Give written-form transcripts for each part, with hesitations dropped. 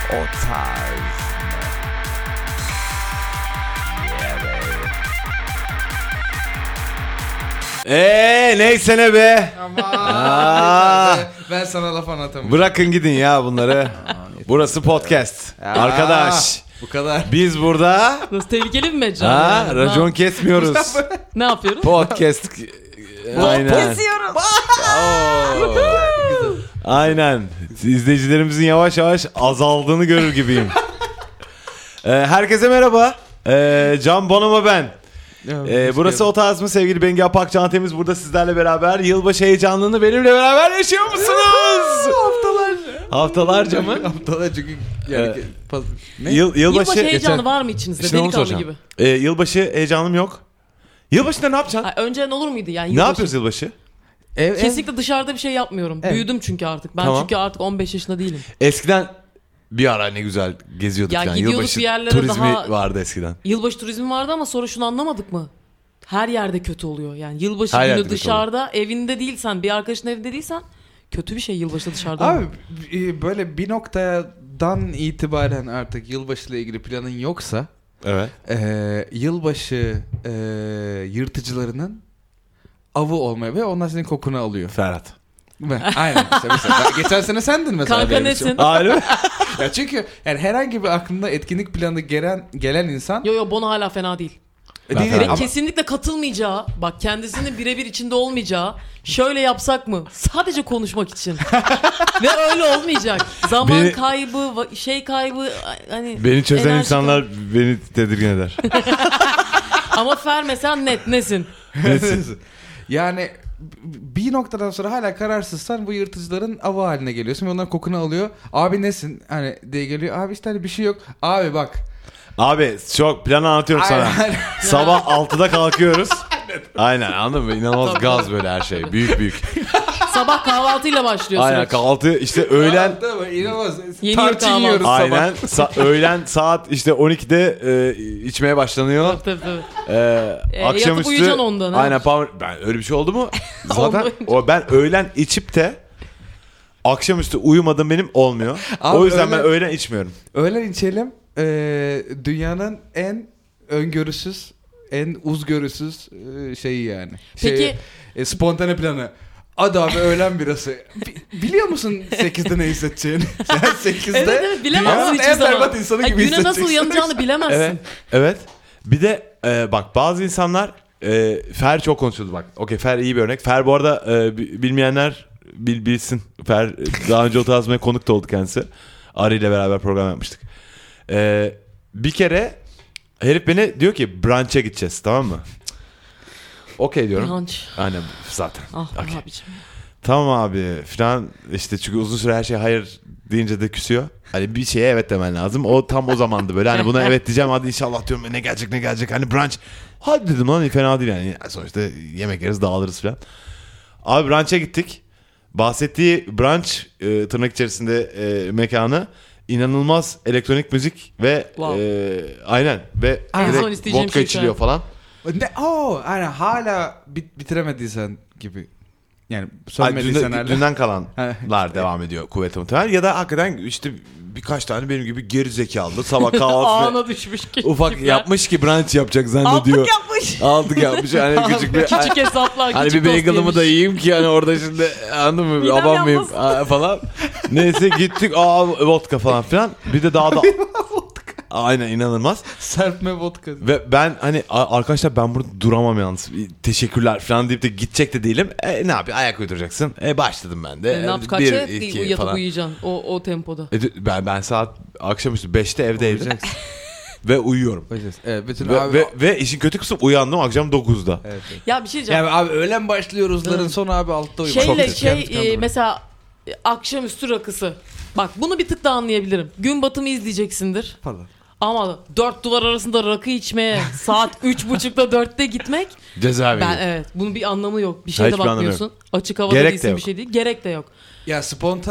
O tarz. Neyse ne be. Aman. Ben sana laf anlatamıyorum. Bırakın gidin ya bunları. Burası podcast. Arkadaş. Bu kadar. Biz burada Nasıl tehlikeli bir mecra? racon kesmiyoruz. Ne yapıyoruz? Podcast. Aynen. Kesiyoruz. Aynen. İzleyicilerimizin yavaş yavaş azaldığını görür gibiyim. Herkese merhaba. Can Bonomo ben. Burası O Tarz mı? Sevgili Bengi Apak, Can Temiz burada sizlerle beraber. Yılbaşı heyecanını benimle beraber yaşıyor musunuz? Haftalarca mı? Haftalarca çünkü yani ne? Yılbaşı heyecanı var mı içinizde? Şimdi onu Delikanlı soracağım. gibi. Yılbaşı heyecanım yok. Yılbaşında ne yapacaksın? Önceden olur muydu yani? Ne yapıyoruz yılbaşı? Kesinlikle dışarıda bir şey yapmıyorum. Evet. Büyüdüm çünkü artık. Ben Tamam. çünkü artık 15 yaşında değilim. Eskiden bir ara ne güzel geziyorduk Ya yani. gidiyorduk Yılbaşı bir yerlere turizmi daha- vardı eskiden. Yılbaşı turizmi vardı ama sonra şunu anlamadık mı? Her yerde kötü oluyor. Yani yılbaşı Her yerde günü kötü dışarıda, evinde değilsen, bir arkadaşın evinde değilsen kötü bir şey yılbaşı dışarıda. Abi böyle bir noktadan itibaren artık yılbaşıyla ilgili planın yoksa Evet. yılbaşı yırtıcılarının avı olmaya ve onlar senin kokunu alıyor. Ferhat. Aynen. Mesela geçen sene sendin mesela. Kanka benim nesin? için. Aile mi? Ya çünkü yani herhangi bir aklında etkinlik planı gelen insan Yo Bono hala fena değil. değil Ama- Ve kesinlikle katılmayacağı, bak kendisinin birebir içinde olmayacağı, şöyle yapsak mı? Sadece konuşmak için. Ve öyle olmayacak. Zaman Beni- kaybı, şey kaybı, hani Beni çözen enerji insanlar beni tedirgin eder. Ama Fer mesela nesin? yani bir noktadan sonra hala kararsızsan bu yırtıcıların avı haline geliyorsun ve onlar kokunu alıyor. Abi nesin? Hani diye geliyor. Abi işte hani bir şey yok. Abi bak. Abi çok planı anlatıyorum sana. Aynen. Sabah 6'da kalkıyoruz. Aynen, anladın mı? İnanılmaz gaz böyle her şey. Büyük büyük. Sabah kahvaltıyla başlıyor Aynen, süreç. kahvaltı işte öğlen. Tamam, inanılmaz. Yeni Tarçın kahvaltı. yiyoruz sabah. Aynen. Öğlen saat işte 12'de içmeye başlanıyor. Tabii. Akşamüstü. Yatıp uyuyacaksın ondan, ha? Aynen, ben öyle bir şey oldu mu? Zaten Olmayınca. ben öğlen içip de akşamüstü uyumadım benim olmuyor. Abi o yüzden ben öğlen- öğlen içmiyorum. Öğlen içelim. Dünyanın en öngörüsüz, en uzgörüsüz şeyi yani. Peki- Spontane planı. Hadi abi öğlen birası. Biliyor musun 8'de ne hissedeceğini? Sen 8'de Evet bilemezsin dünyanın hiçbir en zaman. berbat insanı gibi Güne hissedeceksin. nasıl uyanacağını bilemezsin. Evet. Evet. Bir de bak bazı insanlar Fer çok konuşuyordu bak. Okey, Fer iyi bir örnek. Fer bu arada bilmeyenler bilsin. Fer daha önce O Tarz'maya konuk da oldu kendisi. Ari ile beraber program yapmıştık. Bir kere herif beni diyor ki brunch'e gideceğiz, tamam mı? Okey diyorum. Brunch. Aynen zaten. Ah Okey. abicim. Tamam abi falan işte, çünkü uzun süre her şey hayır deyince de küsüyor. Hani bir şeye evet demen lazım. O tam o zamandı böyle. Hani buna evet diyeceğim, hadi inşallah diyorum, ne gelecek. Hani brunch. Hadi dedim lan, fena değil yani. Sonuçta yemek yeriz, dağılırız falan. Abi brunch'a gittik. Bahsettiği brunch tırnak içerisinde mekanı inanılmaz elektronik müzik ve Wow. aynen ve En son direkt isteyeceğim vodka şey içiliyor şu falan. Yani hala bitiremediysen gibi. Yani Ay, sönmediysen hala. dünden kalanlar devam ediyor kuvvetle muhtemelen. Ya da hakikaten işte birkaç tane benim gibi geri zekalı sabah kahvaltısında Ağına düşmüş ki. ufak yapmış ki brunch yapacak zannediyor. Altlık yapmış. Aldık yapmış. Hani küçük bir Küçük hesaplar, hani küçük bir dost bagel'ımı da yemiş. yiyeyim ki hani orada şimdi, anladın mı? Midem Abanmayayım yanmasın. falan. Neyse gittik, vodka falan filan. Bir de daha da aynen, inanılmaz. Serpme vodka. Ve ben hani arkadaşlar ben burada duramam yalnız. Teşekkürler falan deyip de gidecek de değilim. Ne yapayım, ayak uyduracaksın. Başladım ben de. Ne yaptın, kaça yatıp uyuyacaksın o tempoda. Ben saat akşamüstü 5'te evdeydim. Ve uyuyorum. Evet, bütün Ve, abi, ve işin kötü kısmı, uyandım akşam 9'da. evet. Ya bir şey diyeceğim. Yani abi öğlen başlıyoruzların sonu abi 6'da uyumak. Şeyle Çok kötü. mesela akşamüstü rakısı. Bak bunu bir tık daha anlayabilirim. Gün batımı izleyeceksindir. Falan. Ama 4 duvar arasında rakı içmeye saat 3.30'da 4'te gitmek, Cezaevi. evet, bunun bir anlamı yok. Bir şeye de Hiçbir anlamı bakmıyorsun. Açık havada Gerek de değilsin, yok. bir şey değil. Gerek de yok. Ya spontan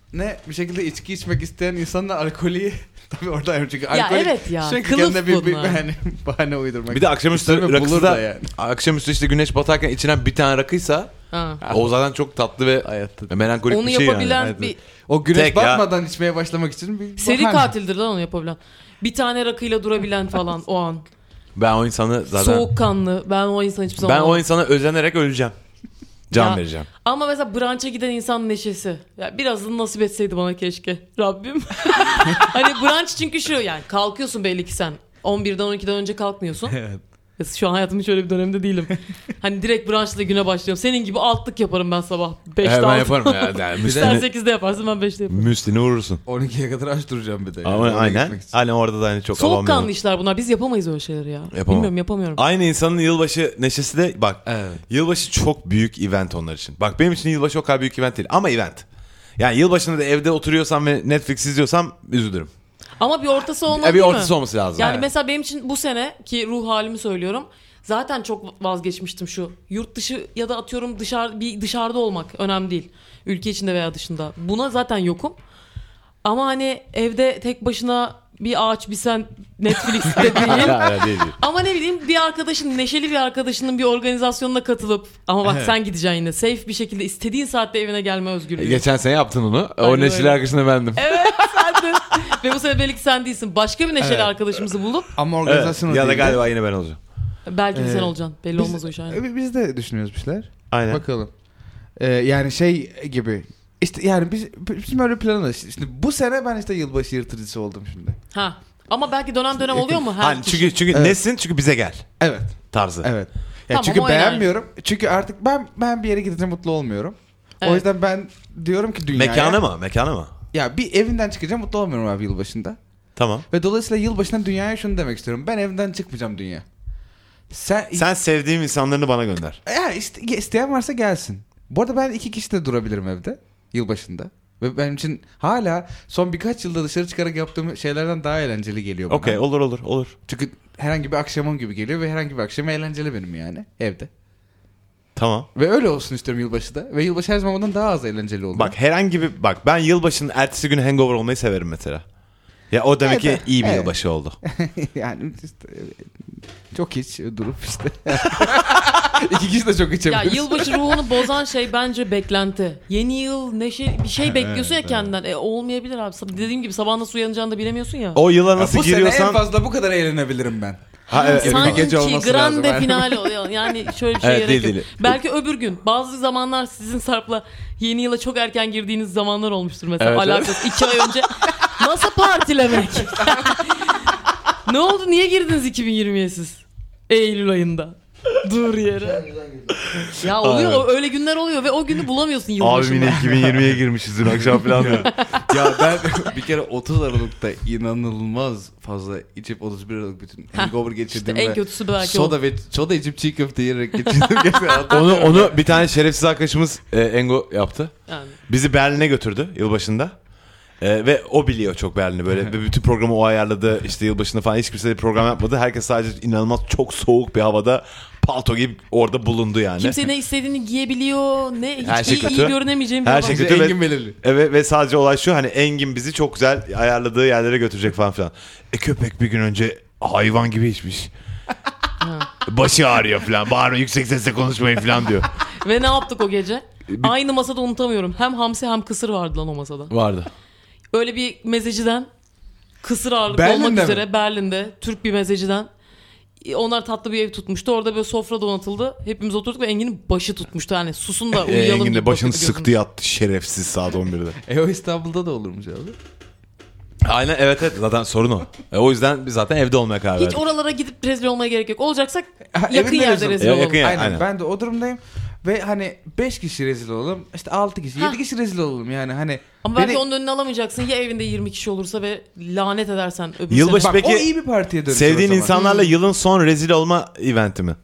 ne bir şekilde içki içmek isteyen insanla alkolü tabii orada çünkü Ya alkolü evet ya, sürekli kılıf kendine bir bunlar. hani bahane uydurmak. Bir de akşamüstü İster mi? rakısı Bulur da yani. akşamüstü işte güneş batarken içilen bir tane rakıysa Ha. o zaten çok tatlı ve Hayatta. melankolik Onu bir şey yapabilen yani. bir O güneş Tek ya. batmadan içmeye başlamak için bir seri bahane. katildir lan onu yapabilen. Bir tane rakıyla durabilen falan o an. Ben o insanı zaten Soğukkanlı. Ben o insan hiçbir zaman ben o insana özenerek öleceğim. Can Ya, vereceğim. Ama mesela brunch'a giden insan neşesi. Ya biraz da nasip etseydi bana keşke. Rabbim. Hani brunch çünkü şu yani kalkıyorsun belli ki sen. 11'den 12'den önce kalkmıyorsun. Evet. Şu an hayatımın şöyle bir dönemde değilim. Hani direkt brunch'la güne başlıyorum. Senin gibi altlık yaparım ben sabah. 5'te Ben 6'da. yaparım ya. Yani Sen müstini, 8'de yaparsın ben 5'te yaparım. müstini vurursun. 12'ye kadar aç duracağım bir de. Ama Oraya aynen. gitmek için. Hani orada da hani çok Soğukkanlı avamıyorum. işler bunlar. Biz yapamayız öyle şeyleri ya. Yapamam. Bilmiyorum yapamıyorum. Aynı insanın yılbaşı neşesi de bak. Evet. Yılbaşı çok büyük event onlar için. Bak benim için yılbaşı o kadar büyük event değil ama event. Yani yılbaşında da evde oturuyorsam ve Netflix izliyorsam üzülürüm. Ama bir ortası olmalı Bir değil mi? ortası olması lazım. Yani Evet. mesela benim için bu sene ki ruh halimi söylüyorum. Zaten çok vazgeçmiştim şu. Yurt dışı ya da atıyorum dışarıda olmak önemli değil. Ülke içinde veya dışında. Buna zaten yokum. Ama hani evde tek başına bir ağaç bir sen Netflix'te değil. Ya, değil. Ama ne bileyim bir arkadaşın neşeli bir arkadaşının bir organizasyonuna katılıp ama bak sen gideceksin yine safe bir şekilde istediğin saatte evine gelme özgürlüğü. Geçen sene yaptın onu. O Aynen neşeli öyle. arkadaşına bendim. Evet sendin. Ve bu sene belki sen değilsin. Başka bir neşeli Evet. arkadaşımızı bulup Ama Evet. organizasyon o Ya da değil de. galiba yine ben olacağım. belki de sen Ee, olacaksın. Belli olmaz o iş aynen. Biz de düşünüyoruz bir şeyler. Aynen. Bakalım. Yani şey gibi. İşte yani bizim öyle planımız. İşte bu sene ben işte yılbaşı yırtıcısı oldum şimdi. Ha. Ama belki dönem dönem oluyor mu her Hani kişi? çünkü Evet. nesin? Çünkü bize gel Evet. tarzı. Evet. Ya Tamam, çünkü o yani. beğenmiyorum. Çünkü artık ben bir yere gidince mutlu olmuyorum. Evet. O yüzden ben diyorum ki dünyaya. Mekana mı? Ya bir evinden çıkınca mutlu olmuyorum abi yılbaşında. Tamam. Ve dolayısıyla yılbaşında dünyaya şunu demek istiyorum. Ben evden çıkmayacağım dünya. Sen sevdiğim insanlarını bana gönder. Ya isteyen varsa gelsin. Bu arada ben 2 kişi de durabilirim evde yılbaşında. Ve benim için hala son birkaç yılda dışarı çıkarak yaptığım şeylerden daha eğlenceli geliyor bana. Okey, olur. Çünkü herhangi bir akşamım gibi geliyor ve herhangi bir akşam eğlenceli benim yani evde. Tamam. Ve öyle olsun istiyorum yılbaşı da. Ve yılbaşı her zaman ondan daha az eğlenceli oluyor. Bak ben yılbaşının ertesi günü hangover olmayı severim mesela. Ya o demek ki Evet, iyi bir evet. yılbaşı oldu. Yani işte, çok hiç durup işte. 2 kişi de çok Ya içebiliriz. yılbaşı ruhunu bozan şey bence beklenti. Yeni yıl neşe bir şey bekliyorsun ya kendinden. Olmayabilir abi. Dediğim gibi sabah nasıl uyanacağını da bilemiyorsun ya. O yıla Ya nasıl bu sene en giriyorsan fazla bu kadar eğlenebilirim ben. ha, evet, bir Sanki gece olması lazım. grande final oluyor. Yani şöyle bir şey Evet, gerek değil, yok. değil. Belki öbür gün. Bazı zamanlar sizin Sarp'la yeni yıla çok erken girdiğiniz zamanlar olmuştur mesela. Evet, Alakası 2 ay önce. Nasıl partilemek? Ne oldu? Niye girdiniz 2020'ye siz? Eylül ayında. Dur yere. Ya oluyor Aynen. öyle günler oluyor ve o günü bulamıyorsun abim yılbaşında. yine 2020'ye girmişiz dün akşam falan diyor. Ya ben bir kere 30 Aralık'ta inanılmaz fazla içip 31 Aralık bütün hangover geçirdim İşte en ve kötüsü belki o. soda içip çiğ köfte yiyerek geçirdim. onu bir tane şerefsiz arkadaşımız Engo yaptı. Yani. Bizi Berlin'e götürdü yılbaşında. Ve o biliyor çok Berlin'i böyle. Ve bütün programı o ayarladı. İşte yılbaşında falan hiç kimse de program yapmadı. Herkes sadece inanılmaz çok soğuk bir havada palto giyip orada bulundu yani. Kimse ne istediğini giyebiliyor, ne Her hiç şey iyi kötü. görünemeyeceğim bir Her adam. şey Bize kötü ve- Engin belirli. Evet ve sadece olay şu hani Engin bizi çok güzel ayarladığı yerlere götürecek falan filan. Köpek bir gün önce hayvan gibi içmiş. Başı ağrıyor falan. Bağırma yüksek sesle konuşmayın falan diyor. Ve ne yaptık o gece? Aynı masada unutamıyorum. Hem hamsi hem kısır vardı lan o masada. Vardı. Öyle bir mezeciden kısır ağırlıklı Berlin'de olmak mi? üzere Berlin'de Türk bir mezeciden. Onlar tatlı bir ev tutmuştu. Orada böyle sofra donatıldı. Hepimiz oturduk ve Engin'in başı tutmuştu. Yani susun da uyuyalım Engin gibi de başını bakıyordu sıktı yattı şerefsiz saat 11'de. O İstanbul'da da olurmuş abi. Aynen evet zaten sorun o. O yüzden biz zaten evde olmaya karar Hiç verdik. oralara gidip rezil olmaya gerek yok. Olacaksak Ha, yakın evinde yerde rezil- rezil Ya, olalım. yakın yer. Aynen, aynen. ben de o durumdayım. Ve hani 5 kişi rezil olalım. İşte 6 kişi, 7 kişi rezil olalım yani hani. Ama belki beni- onun önüne alamayacaksın. Ya evinde 20 kişi olursa ve lanet edersen öbür Yılbaşı- sene. Bak Peki, o iyi bir partiye dönüşür Sevdiğin o zaman. insanlarla yılın son rezil olma eventi mi?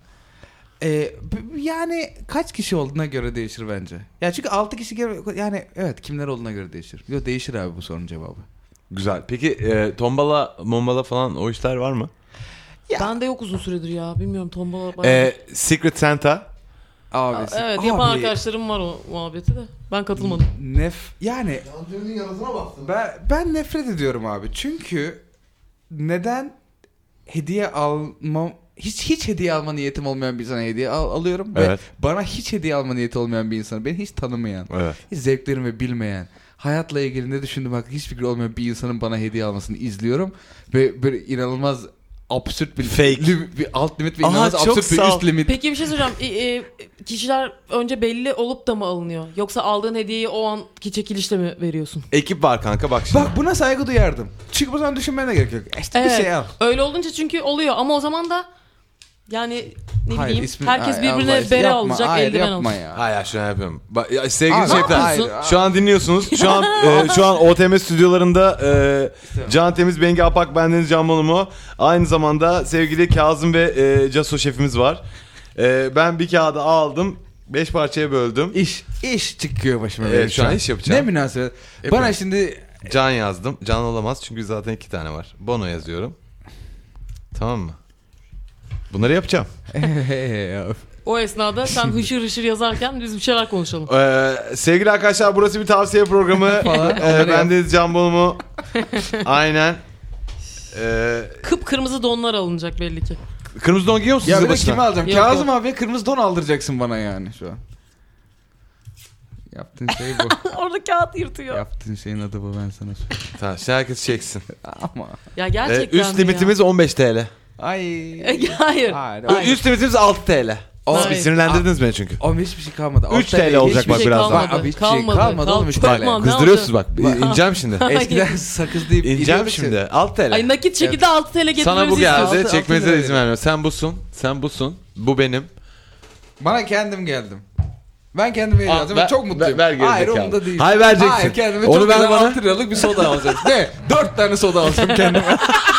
Yani kaç kişi olduğuna göre değişir bence. Ya çünkü 6 kişi yani evet kimler olduğuna göre değişir. Yok değişir abi bu sorunun cevabı. Güzel. Peki tombala, mombala falan o işler var mı? Bende yok uzun süredir ya. Bilmiyorum tombala bayağı. Secret Santa. Abi, Evet, yapan arkadaşlarım var o muhabbeti de. Ben katılmadım. Yani Cantu'nun yanısına bastım. ben nefret ediyorum abi. Çünkü neden hediye almam, hiç hediye alma niyetim olmayan bir insana hediye alıyorum Evet. ve bana hiç hediye alma niyeti olmayan bir insana, beni hiç tanımayan, Evet. hiç zevklerimi bilmeyen, hayatla ilgili ne düşündüğüm hakkında hiç fikri olmayan bir insanın bana hediye almasını izliyorum ve böyle inanılmaz absürt bir Fake. bir alt limit ve Aha, inanılmaz çok absürt bir sağ ol. üst limit. Peki bir şey soracağım. Kişiler önce belli olup da mı alınıyor? Yoksa aldığın hediyeyi o anki çekilişle mi veriyorsun? Ekip var kanka bak şimdi. Bak buna saygı duyardım. Çünkü bu zaman düşünmene de gerek yok. İşte bir şey al. Öyle olunca çünkü oluyor ama o zaman da yani ne Hayır, bileyim ismi- herkes Ay, Allah birbirine için bere yapma. alacak, Hayır, eldiven yapma alacak. ya. Hayır şunu yapıyorum. Sevgili Abi, şefler, hayır, şu an dinliyorsunuz. Şu an OTM stüdyolarında Can Temiz, Bengi Apak, bendeniz Can Bonomo. Aynı zamanda sevgili Kazım ve Caso şefimiz var. Ben bir kağıdı aldım. 5 parçaya böldüm. İş çıkıyor başıma. Evet, benim şu an iş yapacağım. Ne münasebet. Bana şimdi Can yazdım. Can olamaz çünkü zaten 2 tane var. Bono yazıyorum. Tamam mı? Bunları yapacağım. O esnada sen hışır hışır yazarken biz bir şeyler konuşalım. Sevgili arkadaşlar, burası bir tavsiye programı. Falan. Bendeniz Can Bonomo. Aynen. Kıpkırmızı donlar alınacak belli ki. Kırmızı don giyiyor musunuz ya size bir de başına? kimi alacağım? Yok, Kazım yok. abiye kırmızı don aldıracaksın bana yani şu an. Yaptığın şey bu. Orada kağıt yırtıyor. Yaptığın şeyin adı bu, ben sana söyleyeyim. Tamam, şimdi herkes çeksin. Ama. Ya gerçekten Üst mi limitimiz 15 TL. Ay. Hayır. Hayır. Üst limitimiz 6 TL. Hayır. Bir sinirlendirdiniz beni çünkü. Oğlum hiçbir şey kalmadı. 3 TL olacak Hiçbir bak şey birazdan. kalmadı. Abi hiçbir şey Kalmadı. kalmadı oğlum, üç Bakma, TL. ne Kızdırıyorsunuz bak. olacak? İneceğim şimdi. Eskiden sakız deyip İneceğim iniyorduk şimdi. ya. 6 TL. Ay nakit çekide 6 TL getirmemizi Sana bu istiyorsun. geldi. Altı Çekmenize lira izin vermiyorum. Sen busun. Sen busun. Bu benim. Bana kendim geldim. Ben kendime hediye alacağım ve çok mutluyum. Ver geri Hayır, zekalı. onda değil. Hayır, vereceksin. Hayır, kendime Onu çok ver güzel bana. 6 liralık bir soda alacağım. Ne? 4 tane soda alacağım kendime.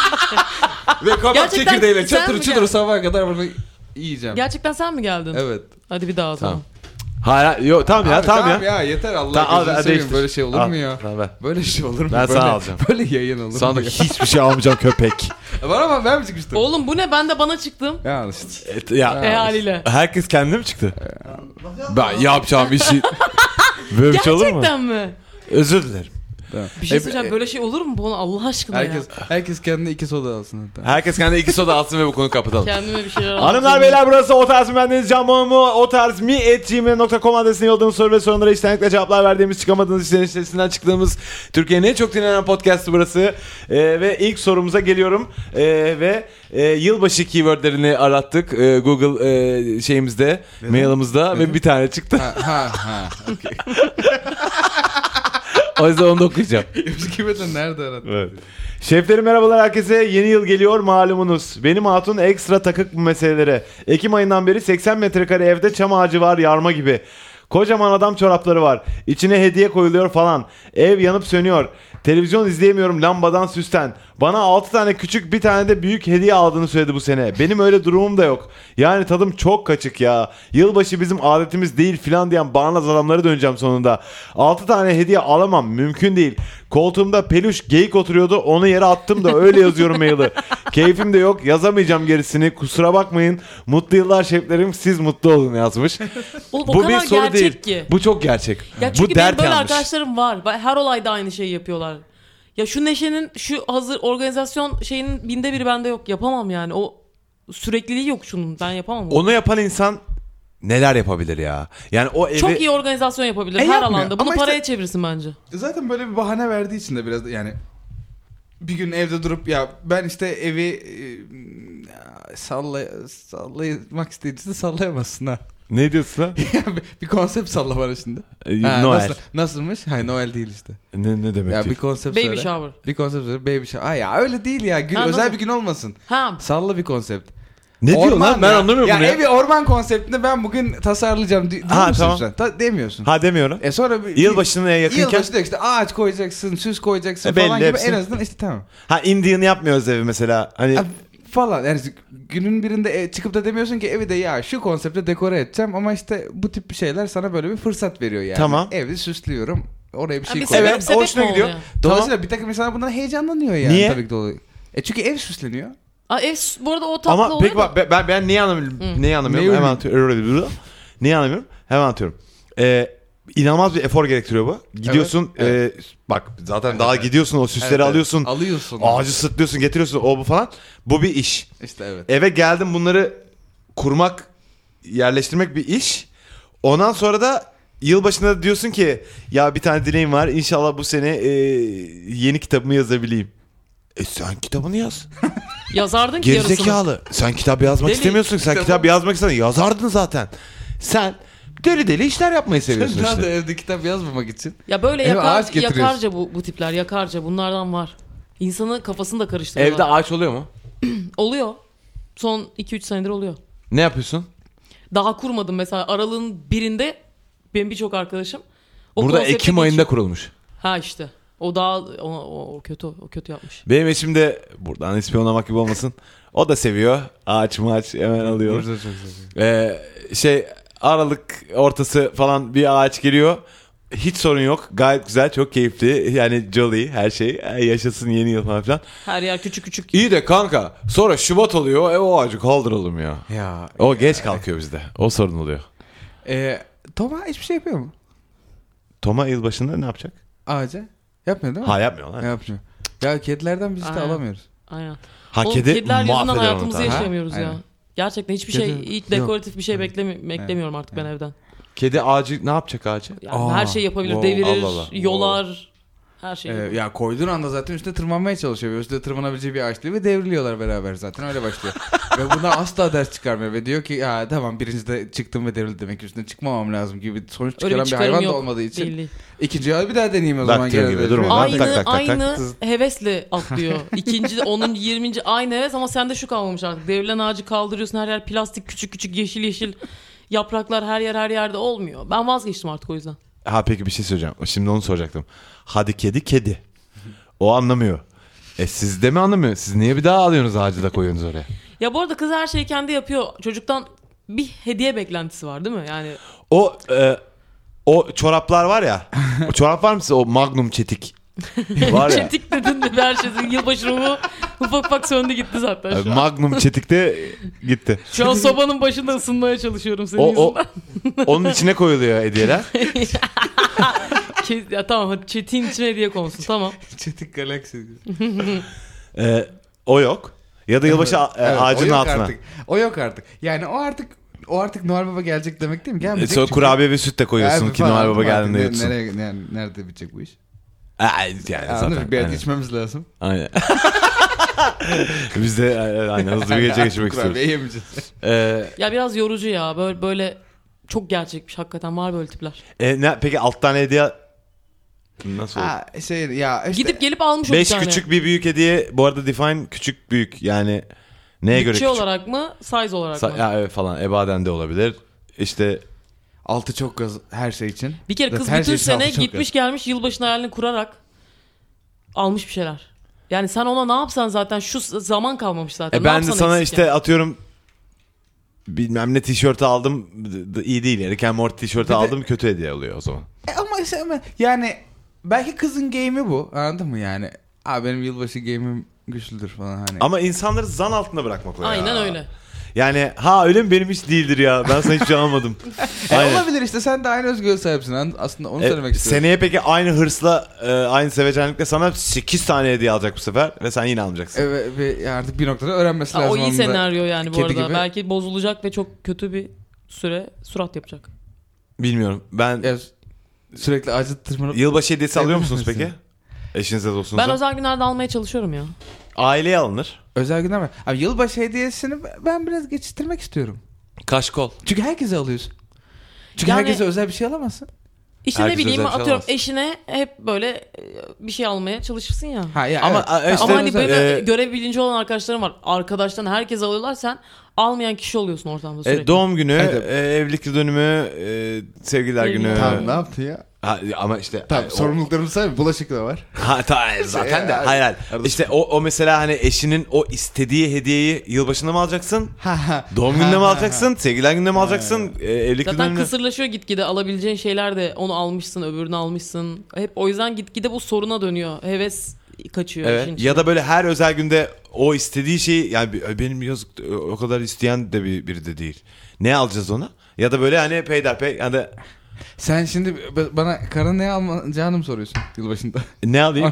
Ve kabak Gerçekten çekirdeğiyle sen çatır mi çutur geldin? sabaha kadar bunu yiyeceğim. Gerçekten sen mi geldin? Evet. Hadi bir daha o zaman. Tamam. Hayır, yok tamam ya, Abi, tamam ya. ya yeter Allah Tamam, al, gözünü al, seveyim. değiştir. Böyle şey olur Al, mu ya? tamam, ver. Böyle şey olur mu? Ben böyle, sana alacağım. Böyle yayın olur Sana mu? da hiçbir şey almayacağım köpek. Bana ama ben mi çıkmıştım? Oğlum bu ne? Ben de bana çıktım. Ya işte. Ya E haliyle. herkes kendine mi çıktı? Ben yapacağım bir şey. Böyle bir şey olur mu? Gerçekten mi? Özür dilerim. Tamam. Bir şey Hep- söyleyeceğim. Böyle şey olur mu? Bunu Allah aşkına Herkes kendine 2 soda alsın hatta. Herkes kendine 2 soda alsın ve bu konuyu kapatalım. ya. Kendime bir şeyler Hanımlar aldım. beyler, burası O Tarz mı, bendeniz Can Bonomo. otarzmi@gmail.com adresine yolladığınız soru ve sorunlara içtenlikle cevaplar verdiğimiz, çıkamadığınız işlerin listesinden çıktığımız Türkiye'nin en çok dinlenen podcast'ı burası. Ve ilk sorumuza geliyorum. Yılbaşı keywordlerini arattık Google şeyimizde, mailimizde ve bir tane çıktı. Ha. O yüzden onu da okuyacağım. Kimden nerede aradın? Evet. Şeflerim merhabalar herkese. Yeni yıl geliyor malumunuz. Benim hatun ekstra takık bu meselelere. Ekim ayından beri 80 metrekare evde çam ağacı var, yarma gibi. Kocaman adam çorapları var. İçine hediye koyuluyor falan. Ev yanıp sönüyor. Televizyon izleyemiyorum lambadan süsten. Bana 6 tane küçük, bir tane de büyük hediye aldığını söyledi bu sene. Benim öyle durumum da yok. Yani tadım çok kaçık ya. Yılbaşı bizim adetimiz değil filan diyen bağnaz adamlara döneceğim sonunda. 6 tane hediye alamam, mümkün değil. Koltuğumda peluş geyik oturuyordu, onu yere attım da öyle yazıyorum maili. Keyfim de yok, yazamayacağım gerisini, kusura bakmayın. Mutlu yıllar şeflerim, siz mutlu olun yazmış. Oğlum, o Bu kadar bir soru gerçek değil. ki. Bu çok gerçek. Ya Bu çünkü benim dert böyle yanmış. arkadaşlarım var. Her olayda aynı şeyi yapıyorlar. Ya şu neşenin, şu hazır organizasyon şeyinin 1/1000'i bende yok. Yapamam yani. O sürekliliği yok şunun. Ben yapamam. Onu yapan insan neler yapabilir ya? Yani o evi... Çok iyi organizasyon yapabilir her yapmıyor. alanda. Bunu Ama işte- paraya çevirsin bence. Zaten böyle bir bahane verdiği için de biraz da yani bir gün evde durup ya ben işte evi sallamak istediğinde sallayamazsın ha. Ne diyorsun lan? Bir konsept salla bana şimdi. Noel. Nasılmış? Hayır, Noel değil işte. Ne demek Ya ki? bir konsept Baby söyle. shower. Bir konsept söyle. Baby shower. Ay ya öyle değil ya. Gün, Ha, özel nasıl? bir gün olmasın. Ha. Salla bir konsept. Ne diyor lan? Ben ya. anlamıyorum ya bunu ya. evi orman konseptinde ben bugün tasarlayacağım. Diyor Ha, musun tamam. sen? Demiyorsun. Ha demiyorum. Sonra Yılbaşına yakınken... Yılbaşı işte ağaç koyacaksın, süs koyacaksın Belli falan gibi hepsi. en azından işte tamam. Ha, Indian yapmıyoruz evi mesela. Hani... Falan yani günün birinde çıkıp da demiyorsun ki evi de ya şu konsepte dekore edeceğim ama işte bu tip bir şeyler sana böyle bir fırsat veriyor yani. Tamam. Evi süslüyorum. Oraya bir şey Bir koyuyorum. Evet, hoşuna mi gidiyor. oluyor? Dolayısıyla bir takım insanlar bundan heyecanlanıyor yani. Niye? Tabii ki dolayı. Çünkü ev süsleniyor. Aa, bu arada o tatlı Ama oluyor peki da. bak ben neyi anlamıyorum? Neyi anlamıyorum? Neyi Hemen Neyi anlamıyorum? Hemen anlatıyorum. İnanılmaz bir efor gerektiriyor bu. Gidiyorsun bak zaten daha gidiyorsun, o süsleri alıyorsun. Alıyorsun. Ağacı sırtlıyorsun, getiriyorsun, o bu falan. Bu bir iş. İşte evet. Eve geldim, bunları kurmak, yerleştirmek bir iş. Ondan sonra da yılbaşında diyorsun ki ya bir tane dileğim var, İnşallah bu sene yeni kitabımı yazabileyim. Sen kitabını yaz. Yazardın ki yarısını. Gerizekalı. Sen kitap yazmak Deli. istemiyorsun. Sen kitap yazmak istemiyorsun. Yazardın zaten. Sen deli işler yapmayı seviyorsun Sen işte. de evde kitap yazmamak için. Ya böyle Eve ağaç getiriyorsun. yakarca bu tipler, yakarca bunlardan var. İnsanın kafasını da karıştırıyorlar. Evde ağaç oluyor mu? Oluyor. Son 2-3 senedir oluyor. Ne yapıyorsun? Daha kurmadım mesela, aralığın birinde benim birçok arkadaşım o Burada konsepte Ekim ayında geçiyor. kurulmuş. Ha işte. O daha o kötü yapmış. Benim eşim de buradan ispiyonlamak gibi olmasın. O da seviyor. Ağaç maç hemen alıyor. Burada çok seviyorum. Aralık ortası falan bir ağaç geliyor. Hiç sorun yok. Gayet güzel, çok keyifli. Yani jolly her şey. Yaşasın yeni yıl falan filan. Her yer küçük. İyi de kanka sonra Şubat oluyor. O ağacı kaldıralım ya. Ya. O geç kalkıyor bizde. O sorun oluyor. Toma hiçbir şey yapıyor mu? Toma yılbaşında ne yapacak? Ağaca. Yapmıyor değil mi? Ha, yapmıyor lan. Yapmıyor. Ya kedilerden biz işte Aynen. alamıyoruz. Aynen. Ha, Oğlum, kedi kediler yüzünden mahveder hayatımızı onu. yaşayamıyoruz ya. Aynen. Gerçekten hiçbir Kedi- şey, hiç dekoratif bir şey Evet. beklemiyorum artık ben evden. Kedi ağacı ne yapacak ağacı? Yani her şey yapabilir, wow. devirir, Allah Allah. yolar, her şey. yapabilir. Ya koyduğun anda zaten üstüne tırmanmaya çalışıyor. Ve üstüne tırmanabileceği bir ağaç değil ve devriliyorlar beraber zaten. Öyle başlıyor. Ve bundan asla ders çıkarmıyor. Ve diyor ki ya tamam birincide çıktım ve devrildi demek ki üstüne çıkmamam lazım gibi sonuç Öyle çıkaran bir çıkarım hayvan da yok. olmadığı için. Değil. İkinci ay bir daha deneyeyim o zaman. Daktilo gibi, durma. Aynı Tak, tak, tak, aynı hevesle atlıyor. İkinci, onun 20. aynı heves ama sende şu kalmamış artık. Devrilen ağacı kaldırıyorsun, her yer plastik, küçük yeşil yapraklar her yerde olmuyor. Ben vazgeçtim artık o yüzden. Ha peki bir şey söyleyeceğim. Şimdi onu soracaktım. Hadi kedi. O anlamıyor. Siz de mi anlamıyor? Siz niye bir daha alıyorsunuz ağacı da koyuyorsunuz oraya? Ya bu arada kız her şeyi kendi yapıyor. Çocuktan bir hediye beklentisi var değil mi? Yani O çoraplar var ya. O çorap var mı size? O Magnum çetik. Var ya. çetik dedin de her şeyin yılbaşı ruhu ufak söndü gitti zaten şu an. Magnum çetikte gitti. Şu an sobanın başında ısınmaya çalışıyorum senin O yüzünden. onun içine koyuluyor hediyeler. Ya tamam hadi çetiğin içine hediye konsun tamam. Çetik galaksi. O yok. Ya da yılbaşı ağacının o yok altına. Artık. O yok artık. Yani o artık Noel Baba gelecek demek değil mi? Gelmeyecek Sonra çünkü. kurabiye ve süt de koyuyorsun Yani ki falan, Noel Baba artık geldiğinde yutsun. Nerede bitecek bu iş? Yani Anladın mı? zaten. Bir Aynen. içmemiz lazım. Aynen. Biz de aynen hızlı bir gece geçirmek istiyoruz. Kurabiye yemeyeceğiz. Ya biraz yorucu ya böyle çok gerçekmiş hakikaten var böyle tipler. Peki alt tane hediye nasıl olur? Ha ya işte. Gidip gelip almış o bir 5 tane. küçük bir büyük hediye. Bu arada define küçük büyük yani neye göre Bütçe küçük? olarak mı size olarak mı? Ya, evet falan ebaden de olabilir. İşte Altı çok gaz her şey için. Bir kere kız Zaten her bütün şey için sene altı çok gitmiş gelmiş yılbaşının hayalini kurarak almış bir şeyler. Yani sen ona ne yapsan zaten şu zaman kalmamış zaten. Ne ben de yapsan sana eksik işte yani. atıyorum bilmem ne tişörtü aldım. İyi değil yani. Rick and Morty tişörtü Bir de- aldım, kötü hediye oluyor o zaman. Ama yani belki kızın game'i bu. Anladın mı yani? Benim yılbaşı game'im güçlüdür falan hani. Ama insanları zan altında bırakmak o ya. Aynen öyle. Yani öyle mi, benim hiç değildir ya. Ben sana hiçbir şey almadım. Olabilir işte, sen de aynı özgüvere sahipsin. Aslında onu söylemek istiyorum. Seneye peki aynı hırsla aynı sevecenlikle sana 8 tane hediye alacak bu sefer ve sen yine almayacaksın. Ve artık bir noktada öğrenmesi Ha, lazım. o iyi onun da. senaryo yani bu Kedi arada. gibi. Belki bozulacak ve çok kötü bir süre surat yapacak. Bilmiyorum. Ben Ya, sürekli acı tırmanıp... yılbaşı hediyesi alıyor musunuz Sevmez peki? Eşinize dostunuza. Ben özel günlerde almaya çalışıyorum ya. Aileye alınır. Özel günler mi? Abi yılbaşı hediyesini ben biraz geçiştirmek istiyorum. Kaşkol. Çünkü herkese alıyorsun. Çünkü Yani- herkese özel bir şey alamazsın. İşte Herkes ne bileyim özel bir şey atıyorum alamaz. eşine hep böyle bir şey almaya çalışırsın ya. Ha ya Ama evet. işte- Ama hani böyle e, görev bilinci olan arkadaşlarım var. Arkadaştan herkes alıyorlar, sen almayan kişi oluyorsun ortamda sürekli. Doğum günü, Evet. evlilik yıl dönümü, sevgililer Sevgili- günü. Tamam, ne yaptı ya? Ama işte Tamam, o- sorumluluklarımız say, bulaşık da var. zaten de Ya, hayır. arada- İşte o mesela hani eşinin o istediği hediyeyi yılbaşında mı alacaksın? Doğum gününde mi alacaksın? Sevgililer gününde mi alacaksın? Evlilik yıl Zaten dönümünde. kısırlaşıyor gitgide, alabileceğin şeyler de onu almışsın, öbürünü almışsın. Hep o yüzden gitgide bu soruna dönüyor. Heves kaçıyor işin Evet. içine. Ya da böyle her özel günde o istediği şeyi, yani benim yazık o kadar isteyen de biri de değil. Ne alacağız ona? Ya da böyle hani peyderpey hani Sen şimdi bana karına ne alacağını mı soruyorsun yılbaşında? ne alayım?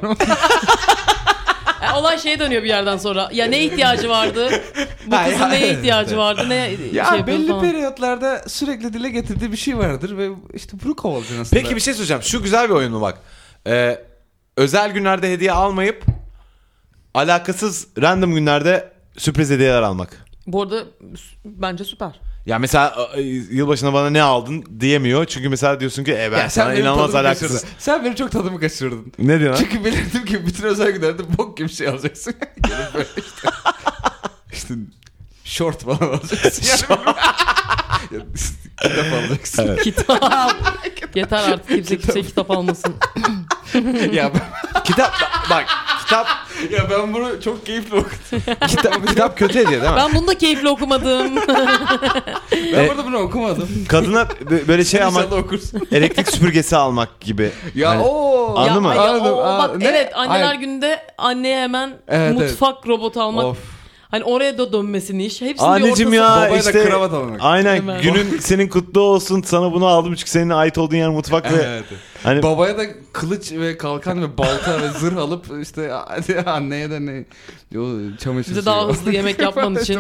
Olay şeye dönüyor bir yerden sonra. Ya ne ihtiyacı vardı? Bu kızın neye ihtiyacı vardı? Ne Ya şey belli falan. periyotlarda sürekli dile getirdiği bir şey vardır ve işte bunu kovalayacaksın aslında. Peki bir şey söyleyeceğim. Şu güzel bir oyun mu bak? Özel günlerde hediye almayıp alakasız random günlerde sürpriz hediyeler almak. Bu arada bence süper. Ya mesela yılbaşına bana ne aldın diyemiyor. Çünkü mesela diyorsun ki ben Ya sana benim inanılmaz tadımı alakasız. kaçırdın. Sen benim çok tadımı kaçırdın. Ne diyorsun? Çünkü belirttim ki bütün özel günlerde bok gibi şey alacaksın. Gelip böyle işte short falan alacaksın. Yani, kitap alacaksın. Evet. Kitap. Yeter artık kimse kitap almasın. Ya Kitap bak kitap ya ben bunu çok keyifli okudum. kitap kötü hediye değil mi? Ben bunu da keyifli okumadım. Ben burada bunu okumadım. Kadına böyle şey ama İnşallah okursun. elektrik süpürgesi almak gibi. Ya Hani- o. Anladın mı? Anladım. Bak Ne? evet anneler Hayır. gününde anneye hemen Evet, mutfak robotu almak. Of. Hani oraya da dönmesini iş. Hepsinin bir Anneciğim ortası. ya Babaya da işte kravat almak. aynen Hemen. günün senin kutlu olsun sana bunu aldım çünkü senin ait olduğun yer mutfak ve Evet. hani Babaya da kılıç ve kalkan ve balta ve zırh alıp işte anneye de ne o çamaşır Bize suyu. daha hızlı yemek yapman için.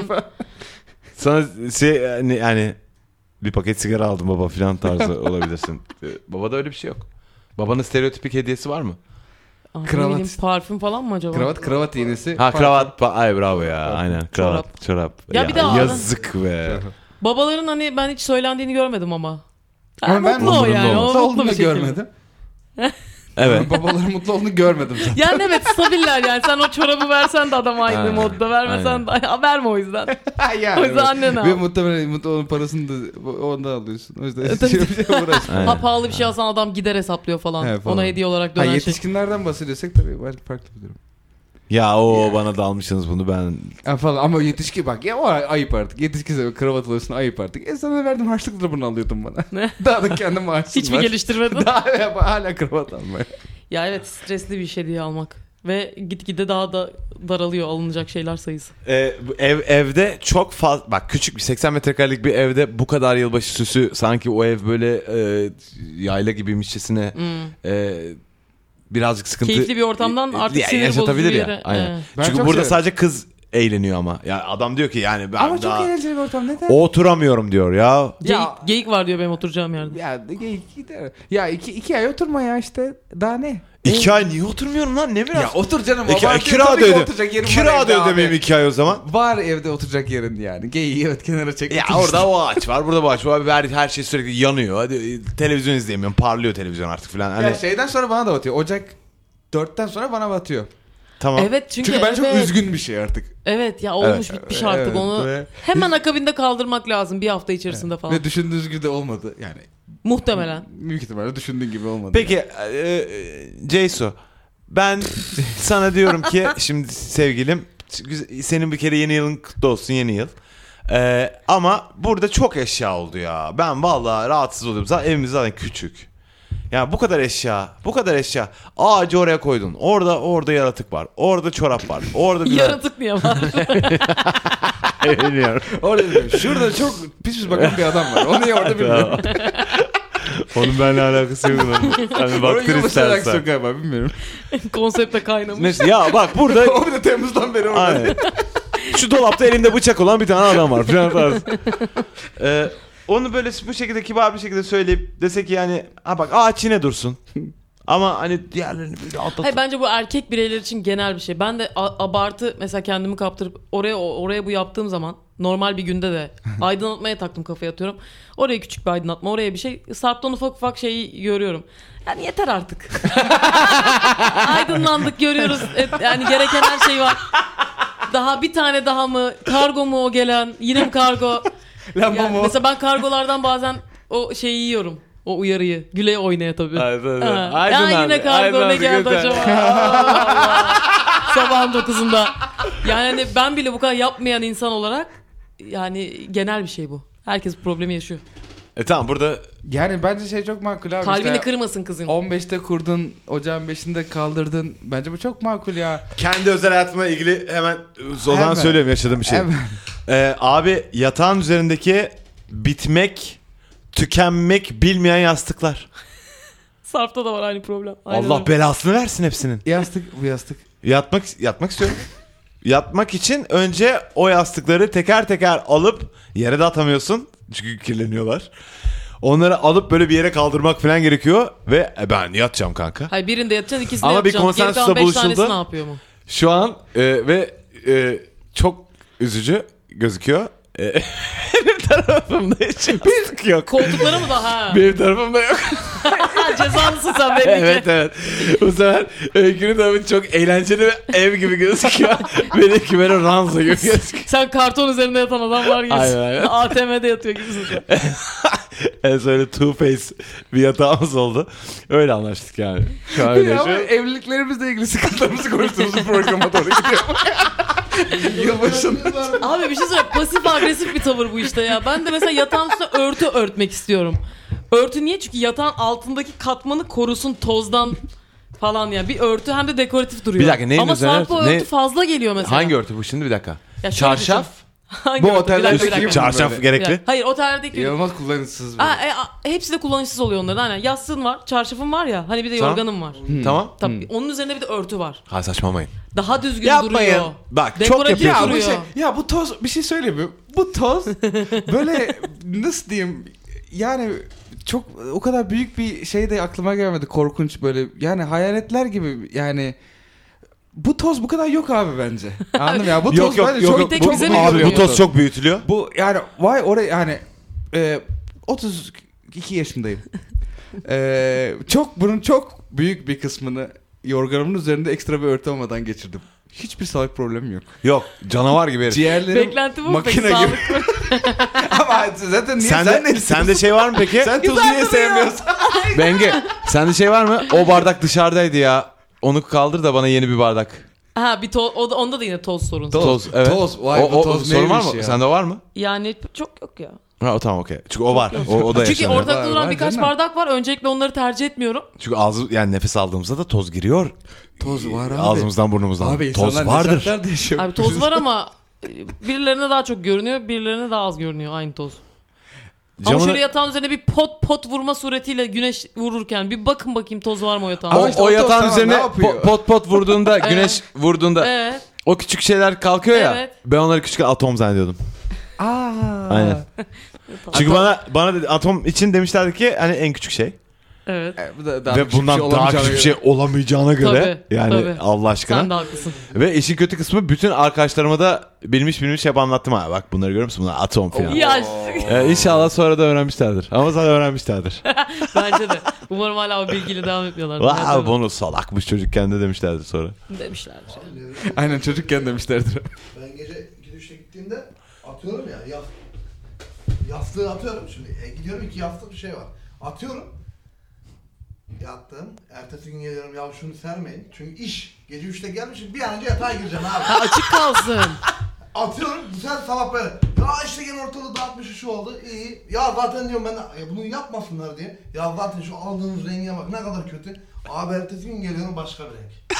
sana şey yani bir paket sigara aldım baba filan tarzı olabilirsin. Babada öyle bir şey yok. Babanın stereotipik hediyesi var mı? Kravat. Kravat. Parfüm falan mı acaba? Kravat iğnesi. Ha kravat ay bravo ya aynen kravat çorap. Ya bir de adam- yazık be. Babaların hani ben hiç söylendiğini görmedim ama. Ama ben mutlu o umurumda yani. olmaz. O Mutlu mutlu bir olduğunu şekilde. görmedim. Evet. Babaların mutlu olduğunu görmedim zaten. Yani evet stabiller yani. Sen o çorabı versen de adam aynı Ha, modda. Vermesen de verme o yüzden. Yani, O yüzden annen al. ve muhtemelen mutlu onun parasını da ondan alıyorsun. O yüzden Tabii. hiçbir şey uğraşma. Aynen. Ha pahalı bir şey alsan adam gider hesaplıyor falan. He, falan. Ona hediye olarak Ha, dönen şey. yetişkinlerden bahsediyorsak tabii belki farklı bir durum. Ya o bana da almışsınız bunu ben. Ha, falan ama yetişkin bak ya o ayıp artık. Yetişkin kravat alıyorsun ayıp artık. Sana verdim harçlıkla bunu alıyordun bana. Ne? Daha da kendi maaşın Hiç mi var. geliştirmedin? Daha hala kravat almaya. Ya evet stresli bir şey diye almak. Ve gitgide daha da daralıyor alınacak şeyler sayısı. Evde çok fazla bak küçük bir 80 metrekarelik bir evde bu kadar yılbaşı süsü sanki o ev böyle yayla gibiymişçesine birazcık sıkıntı Keyifli bir ortamdan artık ya, sinir bozucu yaşatabilir bir ya. yere. Aynen. Evet. Ben Çünkü çok burada severim. sadece kız eğleniyor ama. Yani adam diyor ki yani ben Ama daha çok eğlenceli bir ortam. Neden? oturamıyorum diyor ya. Geyik var diyor benim oturacağım yerde. Ya iki ay oturma ya işte. Daha ne? 2 ay niye oturmuyorum lan ne biraz? Ya otur canım. Kira da ödedim. Oturacak Kira da ödemeyeyim 2 ay o zaman. Var evde oturacak yerin yani. Geyiği evet kenara çek. Ya otur orada işte. o ağaç var, burada bu ağaç var. Her şey sürekli yanıyor. Hadi televizyon izleyemiyorum. Parlıyor televizyon artık falan. Hani, Ya şeyden sonra bana da batıyor. Ocak 4'ten sonra bana batıyor. tamam. Evet çünkü Çünkü ben çok evet. üzgün bir şey artık. Evet ya olmuş bitmiş artık Evet, onu. ve- Hemen akabinde kaldırmak lazım bir hafta içerisinde falan. Ve düşündüğünüz gibi de olmadı. Yani Muhtemelen. büyük ihtimalle düşündüğün gibi olmadı. Peki Ceysu ben sana diyorum ki şimdi sevgilim senin bir kere yeni yılın kutlu olsun yeni yıl. Ama burada çok eşya oldu ya. Ben vallahi rahatsız oluyorum. Zaten evimiz zaten küçük. Ya bu kadar eşya. Ağacı oraya koydun. Orada yaratık var. Orada çorap var. Orada bir Yaratık niye var? Bilmiyorum. Orada bilmiyorum. Şurada çok pis pis bakan bir adam var. Onu niye orada bilmiyorum. Onun benimle alakası yok. Hani baktır Orada istersen. alakası yok galiba bilmiyorum. Konsepte kaynamış. Neyse ya bak burada O bir de Temmuz'dan beri orada. aynen. Şu dolapta elinde bıçak olan bir tane adam var. Falan tarzı. Onu böyle bu şekilde kibar bir şekilde söyleyip dese ki yani ha bak ağaç yine dursun. Ama hani diğerlerini böyle atlatıp. Hayır bence bu erkek bireyler için genel bir şey. Ben de abartı mesela kendimi kaptırıp oraya bu yaptığım zaman normal bir günde de aydınlatmaya taktım kafaya atıyorum. Oraya küçük bir aydınlatma, oraya bir şey. Sarp'tan ufak şeyi görüyorum. Yani yeter artık. Aydınlandık görüyoruz. Yani gereken her şey var. Daha bir tane daha mı? Kargo mu o gelen? Yine mi kargo? Lamba Yani mı? mesela ben kargolardan bazen o şeyi yiyorum. O uyarıyı. Güle oynaya tabii. Ha. Ya yine kargo ne geldi acaba? Allah. Sabahın 9'unda. Yani hani ben bile bu kadar yapmayan insan olarak yani genel bir şey bu. Herkes bu problemi yaşıyor. Tamam burada Yani bence şey çok makul abi. Kalbini işte kırmasın kızın. 15'te kurdun, ocağın 5'inde kaldırdın. Bence bu çok makul ya. kendi özel hayatımla ilgili hemen o zaman Hemen. söylüyorum yaşadığım bir şey. Hemen. Abi yatağın üzerindeki bitmek tükenmek bilmeyen yastıklar. Sarp'ta da var aynı problem. Aynen Allah öyle. belasını versin hepsinin. Bu yastık. Yatmak istiyorum. Yatmak için önce o yastıkları teker teker alıp yere de atamıyorsun. Çünkü kirleniyorlar. Onları alıp böyle bir yere kaldırmak falan gerekiyor. Ve ben yatacağım kanka. Hayır birinde yatacaksın ikisinde Ama bir yapacaksın. Geri kalan konsensusla 5 tanesi buluşuldu. ne yapıyor mu? Şu an ve çok üzücü gözüküyor. Bir tarafımda hiç yastık yok. Koltuklara mı da ha? Bir tarafımda yok. Cezalısın sen belli ki. Evet. Bu sefer Öykü'nün tarafı çok eğlenceli ve ev gibi gözüküyor. Benimki böyle ranza gibi gözüküyor. Sen karton üzerinde yatan adamlar gibisin. Aynen. ATM'de yatıyor gibisin sen. Evet öyle two face bir yatağımız oldu. Öyle anlaştık yani. Şu an öyle Ama yaşıyor. evliliklerimizle ilgili sıkıntılarımızı konuştuğumuz bir programa doğru gidiyor. Yılbaşında. Abi bir şey söyleyeyim. Pasif agresif bir tavır bu işte ya. Ben de mesela yatağın üstüne örtü örtmek istiyorum. Örtü niye? Çünkü yatağın altındaki katmanı korusun tozdan falan ya. Bir örtü hem de dekoratif duruyor. Bir dakika, neyin Ama üzerine Sarp o örtü? örtü fazla geliyor mesela. Hangi örtü bu şimdi bir dakika? Ya şöyle Çarşaf. Hangi Bu örtü? otellerdeki Bir dakika. gibi. Çarşaf Böyle. gerekli. Hayır otellerdeki. İnanılmaz kullanışsız. Hepsi de kullanışsız oluyor onların. Aynen. Yastığın var, çarşafın var ya. Hani bir de Tamam. yorganın var. Tamam. Tabii. Onun üzerinde bir de örtü var. Ha saçmamayın. Daha düzgün Yapmayın. duruyor. Bak, çok Dekoratif yapıyorsun. duruyor. Bu toz bir şey söyleyeyim mi? Bu toz böyle nasıl diyeyim yani çok o kadar büyük bir şey de aklıma gelmedi, korkunç böyle yani hayaletler gibi yani bu toz bu kadar yok abi bence. Anladın mı ya? Bu toz bence çok Bir tek bize mi Abi görüyor? bu toz çok büyütülüyor. bu yani vay oraya yani 32 yaşındayım. Bunun çok büyük bir kısmını yorganımın üzerinde ekstra bir örtü olmadan geçirdim. Hiçbir sağlık problemim yok. Yok canavar gibi herif. Ciğerlerim Beklenti bu mu peki? makine gibi. Sağlıklı. Ama zaten niye sen ne Sende şey var mı peki? Sen tozu niye sevmiyorsun? Benge sende şey var mı? O bardak dışarıdaydı ya. Onu kaldır da bana yeni bir bardak. Ha bir onda da yine toz sorunu. Toz evet. Toz. Vay, bu toz sorun var neymiş mı? ya? Sende var mı? Yani çok yok ya. Ha tamam okey. Çünkü o var. O da Çünkü yaşanıyor. ortada duran Var birkaç canım. bardak var. Öncelikle onları tercih etmiyorum. Çünkü yani nefes aldığımızda da toz giriyor. Toz var abi. Ağzımızdan burnumuzdan. Abi toz insanlar vardır. ne şartlarda yaşıyor? Abi toz var ama birilerine daha çok görünüyor, birilerine daha az görünüyor aynı toz. Ama Camını- şöyle yatağın üzerine bir pot vurma suretiyle güneş vururken bir bakın bakayım toz var mı o yatağın? Ama O, işte o o toz yatağın sana üzerine ne yapıyor? pot vurduğunda, güneş vurduğunda Evet. o küçük şeyler kalkıyor ya. Evet. Ben onları küçük atom zannediyordum. Aa. Aynen. Çünkü bana dedi, atom için demişlerdi ki hani en küçük şey. Evet. Bu da daha Ve küçük bundan bir şey daha olamayacağına küçük bir göre. şey olamayacağına göre Tabii, yani tabii. Allah aşkına. Sen de haklısın. Ve işin kötü kısmı bütün arkadaşlarıma da bilmiş hep anlattım ha. Bak bunları görüyor musun? Bunlar atom falan. Ya İnşallah sonra da öğrenmişlerdir. Ama zaten öğrenmişlerdir. bence de. Umarım hala o bilgiyle devam etmiyorlar. Vay bunu salakmış çocukken de demişlerdir sonra. Demişlerdir. Aynen çocukken demişlerdir. Ben gece 2-3'te gittiğimde atıyorum ya yastığı atıyorum şimdi gidiyorum 2 yastık bir şey var atıyorum yattım ertesi gün geliyorum ya şunu sermeyin çünkü iş gece 3'te gelmişim bir an önce yatağa gireceğim abi Ha, açık kalsın. atıyorum bu sefer sabah böyle ya işte gene ortalığı dağıtmış şu oldu iyi ya zaten diyorum ben bunu yapmasınlar diye ya zaten şu aldığınız renge bak ne kadar kötü abi ertesi gün geliyorum başka bir renk.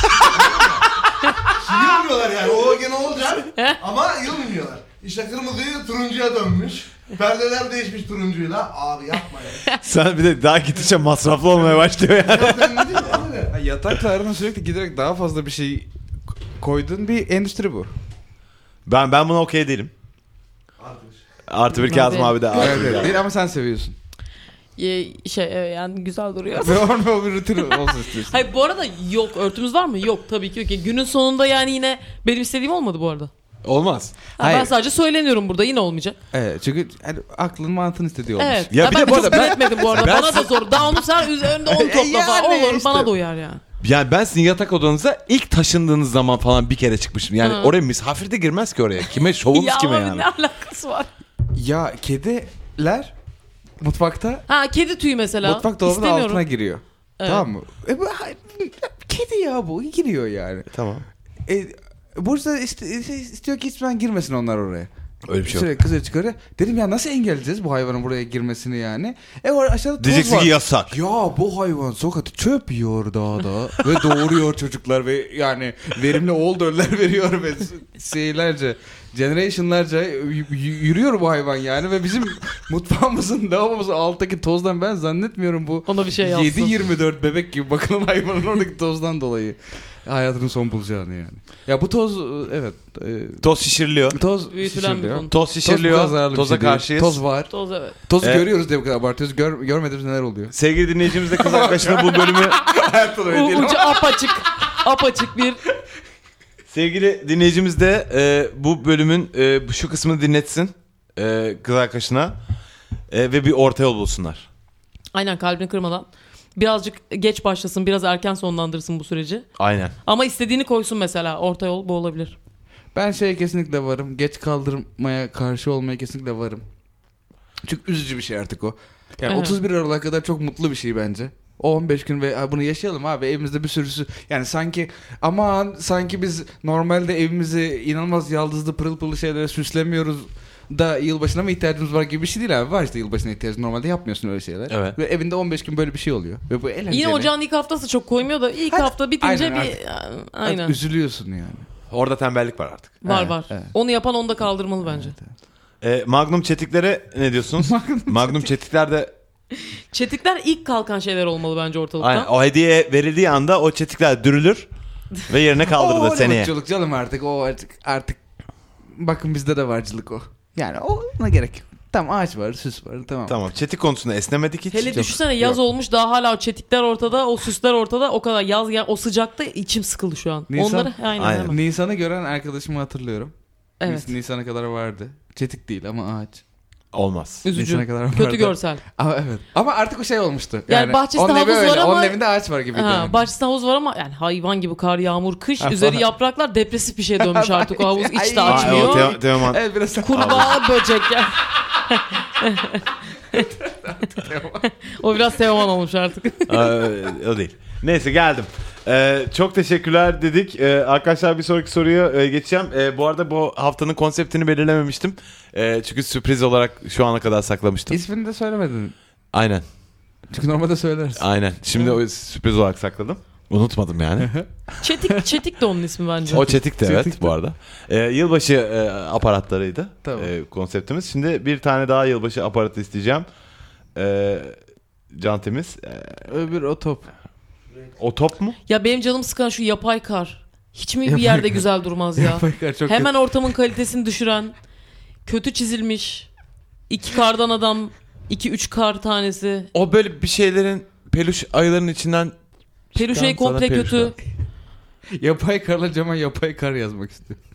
Yılmıyorlar yani o gene olacak ama yılmıyorlar. İşte kırmızıyı turuncuya dönmüş. Perdeler değişmiş turuncuyla. Abi yapma ya. Sen bir de daha gittikçe masraflı olmaya başlıyor yani. Ya sen ne diyorsun öyle? Yatakla arana sürekli giderek daha fazla bir şey koyduğun bir endüstri bu. Ben buna okey değilim. Arkadaş. Artı bir Kazım abi de artı bir Evet, Kazım. değil ama sen seviyorsun. Yani güzel duruyor. Ve o bir rutin olsun istiyorsun. Hayır bu arada yok. Örtümüz var mı? Yok tabii ki yok. Günün sonunda yani yine benim istediğim olmadı bu arada. Olmaz. Ha, ben sadece söyleniyorum burada yine olmayacak. Evet çünkü yani aklın mantığın istediği olmuş. Evet. Ya Ya bir ben de bu çok arada etmedim bu arada. ben- Bana da zor. Daha onu sen üzerinde 10 topla falan. Yani Olur işte. bana da uyar yani. Yani ben sizin yatak odanıza ilk taşındığınız zaman falan bir kere çıkmıştım. Yani Hı. oraya misafir de girmez ki oraya. Kime şovumuz Ya kime abi yani. ne alakası var? Ya kediler mutfakta Ha kedi tüyü mesela. mutfak dolabının İstemiyorum. altına giriyor. Evet. Tamam mı? Kedi ya bu giriyor yani. Tamam. Bursa istiyor ki hiç girmesin onlar oraya. Öyle bir şey yok. Sürekli kızı çıkarıyor. Dedim ya nasıl engelleyeceğiz bu hayvanın buraya girmesini yani? Var aşağıda toz Diyeceksin var. ki yasak. Ya bu hayvan sokakta çöp yiyor dağda ve doğuruyor çocuklar ve yani verimli oğul döller veriyor ve şeylerce, generationlarca yürüyor bu hayvan yani ve bizim mutfağımızın, lavabomuzun alttaki tozdan ben zannetmiyorum bu Ona bir şey yapsın. 7-24 bebek gibi bakılan hayvanın oradaki tozdan dolayı hayatının son bulacağını yani. Ya bu toz evet. Toz şişiriliyor. Toz Büyütülen bir şişiriliyor. konu. Toz Toz bu şişiriliyor. kadar zararlı bir Toza şey değil. karşıyız. Toz var. Toz evet. Tozu Evet. görüyoruz diye bu kadar abartıyoruz. Görmediğimiz neler oluyor. Sevgili dinleyicimiz de kız arkadaşına bu bölümü Hayatta da öyle değil Ucu apaçık. Apaçık bir sevgili dinleyicimiz de bu bölümün şu kısmını dinletsin kız arkadaşına ve bir orta yol bulsunlar. aynen kalbini kırmadan. Birazcık geç başlasın, biraz erken sonlandırsın bu süreci. Aynen. Ama istediğini koysun mesela. Orta yol bu olabilir. Ben kesinlikle varım. Geç kaldırmaya karşı olmaya kesinlikle varım. Çünkü üzücü bir şey artık o. Yani Evet. 31 Aralık'a kadar çok mutlu bir şey bence. O 15 gün ve bunu yaşayalım abi evimizde bir sürüsü yani sanki biz normalde evimizi inanılmaz yaldızlı pırıl pırıl şeylere süslemiyoruz da yılbaşına mı ihtiyacımız var gibi bir şey değil abi. Var işte yılbaşına ihtiyacın, normalde yapmıyorsun öyle şeyler. Evet. Ve evinde 15 gün böyle bir şey oluyor. Ve bu eğlenceli. Yine ocağın ilk haftası çok koymuyor da ilk Hadi, hafta bitince aynen, bir... Artık Aynen. üzülüyorsun yani. Orada tembellik var artık. Var Evet, var. evet. Onu yapan onu da kaldırmalı bence. Magnum çetiklere ne diyorsunuz? Magnum çetikler de Çetikler ilk kalkan şeyler olmalı bence ortalıkta. aynen, o hediye verildiği anda o çetikler dürülür ve yerine kaldırılır O seneye. ırkçılık canım artık bakın bizde de varcılık o. Yani ona gerek yok. Tamam ağaç var, süs var, tamam. Tamam, çetik konusunda esnemedik hiç. Hele düşünsene yaz olmuş daha hala o çetikler ortada, o süsler ortada, o kadar yaz yani o sıcakta içim sıkıldı şu an. Nisan- Onları aynen. Aynen. hemen. Nisan'ı gören arkadaşımı hatırlıyorum. Evet. Nisan'a kadar vardı. Çetik değil ama ağaç. Olmaz. Üzücü. Nisan'a kadar Kötü vardı. görsel. Ama evet. Ama artık o şey olmuştu. Yani bahçesinde onun evi havuz öyle, var ama- onun evinde ağaç var gibi. Ha, bahçesinde havuz var ama yani hayvan gibi kar, yağmur, kış, Ha, üzeri falan. yapraklar depresif bir şeye dönmüş artık o havuz içte Ay, açmıyor. Teoman. Evet biraz Kurbağa böcek ya. O biraz Teoman olmuş artık. O değil. Neyse geldim. Çok teşekkürler dedik. Arkadaşlar bir sonraki soruya geçeceğim. Bu arada bu haftanın konseptini belirlememiştim. Çünkü sürpriz olarak şu ana kadar saklamıştım. İsmini de söylemedin. Aynen. Çünkü normalde söylersin. Aynen. Şimdi o sürpriz olarak sakladım. Unutmadım yani. Çetik de onun ismi bence. O çetik de evet Çetik de. bu arada. Yılbaşı aparatlarıydı Tamam. konseptimiz. Şimdi bir tane daha yılbaşı aparatı isteyeceğim. Can Temiz. Öbür o top. O top mu? Ya benim canım sıkan şu yapay kar. Hiç mi bir Yapay yerde kar. güzel durmaz ya? Çok Hemen ortamın kalitesini düşüren, kötü çizilmiş, 2 kardan adam, 2-3 kar tanesi. O böyle bir şeylerin peluş ayıların içinden Peruşeyi çıkan komple sana kötü. kötü. Yapay karla cama yapay kar yazmak istiyorum.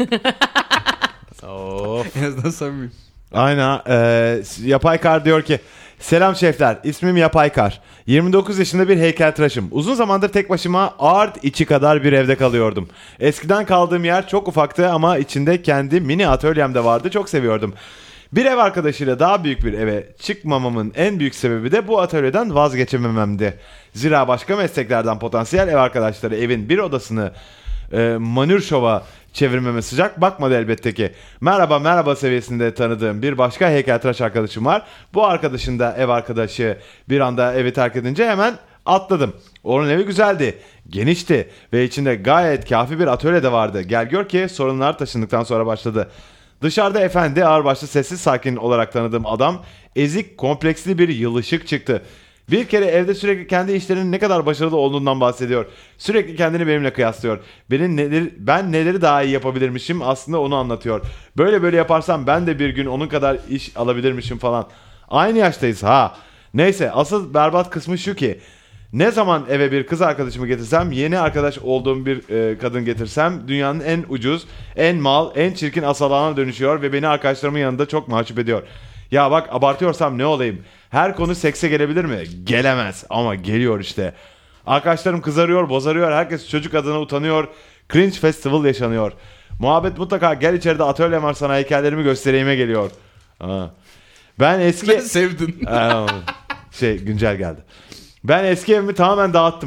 Of. En azından samimi. Aynen. Yapay Kar diyor ki selam şefler, ismim Yapay Kar. 29 yaşında bir heykeltıraşım. Uzun zamandır tek başıma art içi kadar bir evde kalıyordum. Eskiden kaldığım yer çok ufaktı ama içinde kendi mini atölyem de vardı. Çok seviyordum. Bir ev arkadaşıyla daha büyük bir eve çıkmamamın en büyük sebebi de bu atölyeden vazgeçemememdi. Zira başka mesleklerden potansiyel ev arkadaşları evin bir odasını manür şova çevirmeme sıcak bakmadı elbette ki. Merhaba seviyesinde tanıdığım bir başka heykeltıraş arkadaşım var. Bu arkadaşın da ev arkadaşı bir anda evi terk edince hemen atladım. Onun evi güzeldi, genişti ve içinde gayet kafi bir atölye de vardı. Gel gör ki sorunlar taşındıktan sonra başladı. Dışarıda efendi, ağırbaşlı, sessiz sakin olarak tanıdığım adam ezik, kompleksli bir yılışık çıktı. Bir kere evde sürekli kendi işlerinin ne kadar başarılı olduğundan bahsediyor. Sürekli kendini benimle kıyaslıyor. Ben neleri daha iyi yapabilirmişim aslında onu anlatıyor. Böyle yaparsam ben de bir gün onun kadar iş alabilirmişim falan. Aynı yaştayız ha. Neyse asıl berbat kısmı şu ki. Ne zaman eve bir kız arkadaşımı getirsem, yeni arkadaş olduğum bir kadın getirsem dünyanın en ucuz, en mal, en çirkin asalağına dönüşüyor ve beni arkadaşlarımın yanında çok mahcup ediyor. Ya bak abartıyorsam ne olayım? Her konu sekse gelebilir mi? Gelemez ama geliyor işte. Arkadaşlarım kızarıyor, bozarıyor, herkes çocuk adına utanıyor. Cringe Festival yaşanıyor. Muhabbet mutlaka gel içeride atölyem var sana heykellerimi göstereyime geliyor. Ben eski... Ben sevdin. Güncel geldi. Ben eski evimi tamamen dağıttım.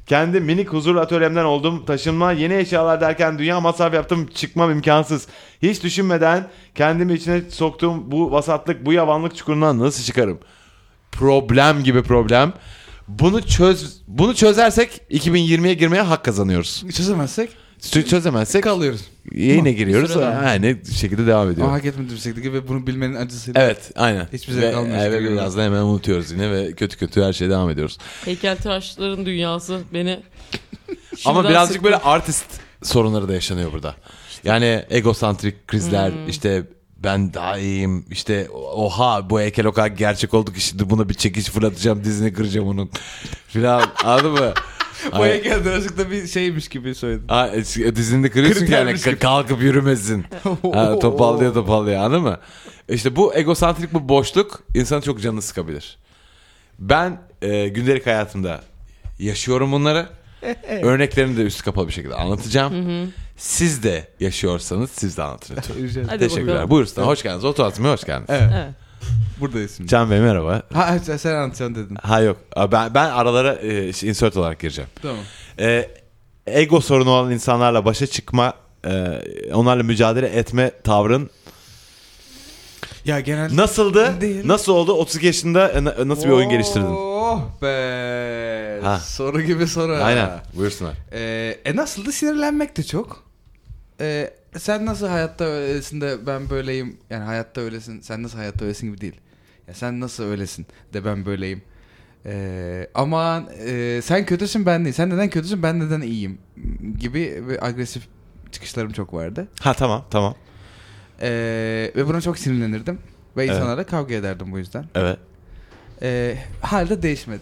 Kendi minik huzur atölyemden oldum. Taşınma, yeni eşyalar derken dünya masraf yaptım. Çıkmam imkansız. Hiç düşünmeden kendimi içine soktuğum bu vasatlık, bu yavanlık çukurundan nasıl çıkarım? Problem gibi problem. Bunu çözersek 2020'ye girmeye hak kazanıyoruz. Çözemezsek Çözemezsek kalıyoruz. yine giriyoruz. Bir süre daha. Aynı şekilde devam ediyor. Ama hak etmediğimiz gibi bunu bilmenin acısıyla. Evet, aynen. Hiçbir zevk almıyoruz Ve gibi. biraz da hemen unutuyoruz yine ve kötü her şeye devam ediyoruz. Heykeltıraşların dünyası beni Ama şimdiden birazcık sıktı. böyle artist sorunları da yaşanıyor burada. Yani egosantrik krizler, işte ben daha iyiyim, işte oha bu heykel o kadar gerçek oldu ki şimdi buna bir çekiç fırlatacağım, dizini kıracağım onun filan, anladın mı? Bu heykel birazcık da bir şeymiş gibi söyledim. Dizini kırıyorsun ki yani Kritermiş gibi. kalkıp yürümesin. Topallıyor anladın mı? İşte bu egosantrik, bu boşluk insanın çok canını sıkabilir. Ben gündelik hayatımda yaşıyorum bunları. Örneklerini de üstü kapalı bir şekilde anlatacağım. Siz de yaşıyorsanız siz de anlatın lütfen. Hadi Teşekkürler. bakalım. Buyursunlar. Hoş geldiniz. Otoatmaya hoş geldiniz. Evet. Evet. Buradayız şimdi. Can Bey merhaba. Ha sen anlatacaksın dedin. Ha yok. Ben aralara insert olarak gireceğim. Tamam. Ego sorunu olan insanlarla başa çıkma, onlarla mücadele etme tavrın Ya genelde nasıldı? Değil. Nasıl oldu? 32 yaşında nasıl bir oyun geliştirdin? Oh be. Ha. Soru gibi soru. Aynen. Buyursunlar. Nasıldı? Sinirlenmek de çok. Sen nasıl hayatta öylesin de ben böyleyim. Yani hayatta öylesin. Sen nasıl hayatta öylesin gibi değil. Ya sen nasıl öylesin de ben böyleyim. Aman sen kötüsün ben değil. Sen neden kötüsün ben neden iyiyim gibi ve agresif çıkışlarım çok vardı. Ha tamam. Ve buna çok sinirlenirdim. Ve insanlarla kavga ederdim bu yüzden. Evet. Halde değişmedi.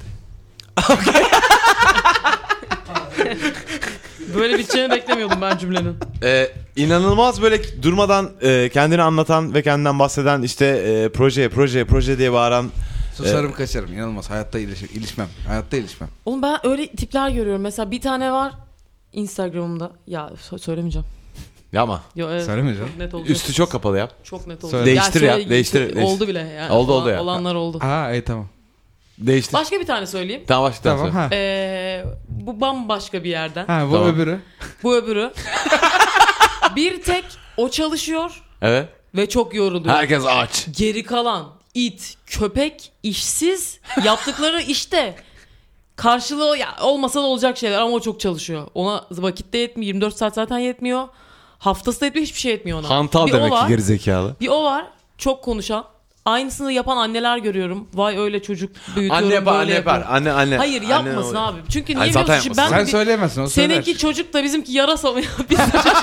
Böyle biteceğini beklemiyordum ben cümlenin. İnanılmaz böyle durmadan kendini anlatan ve kendinden bahseden, işte proje diye bağıran. Susarım kaçarım. İnanılmaz. Hayatta ilişmem. Hayatta ilişmem. Oğlum ben öyle tipler görüyorum. Mesela bir tane var Instagram'da. Ya söylemeyeceğim. Yapma. Yo, evet, Söylemeyeceğim. çok net olacak. Üstü çok kapalı yap. Çok net Söyle. olacak. Değiştir ya, söyle- değiştir. Oldu bile yani. Oldu ya. Olanlar oldu. Aa iyi tamam. Değiştir. Başka bir tane söyleyeyim. Tamam başla. Tamam ha. Bu bambaşka bir yerden. Ha bu Tamam. öbürü. Bu öbürü. Bir tek o çalışıyor Evet. ve çok yoruluyor. Herkes aç. Geri kalan it, köpek, işsiz, yaptıkları işte karşılığı ya olmasa da olacak şeyler ama o çok çalışıyor. Ona vakit de yetmiyor. 24 saat zaten yetmiyor. Haftası da yetmiyor, hiçbir şey yetmiyor ona. Hantal Bir demek o ki var, gerizekalı. bir o var. Çok konuşan. Aynısını yapan anneler görüyorum. Vay öyle çocuk büyütüyorum Anne yapar, böyle anne yapar. yapıyorum. Anne. Hayır anne yapmasın o- abi. Çünkü niye Ay, biliyor zaten musun? Şimdi yapmasın. Sen söyleyemezsin o söyler. seninki çocuk da bizimki yarasa mı? Biz de çocuk.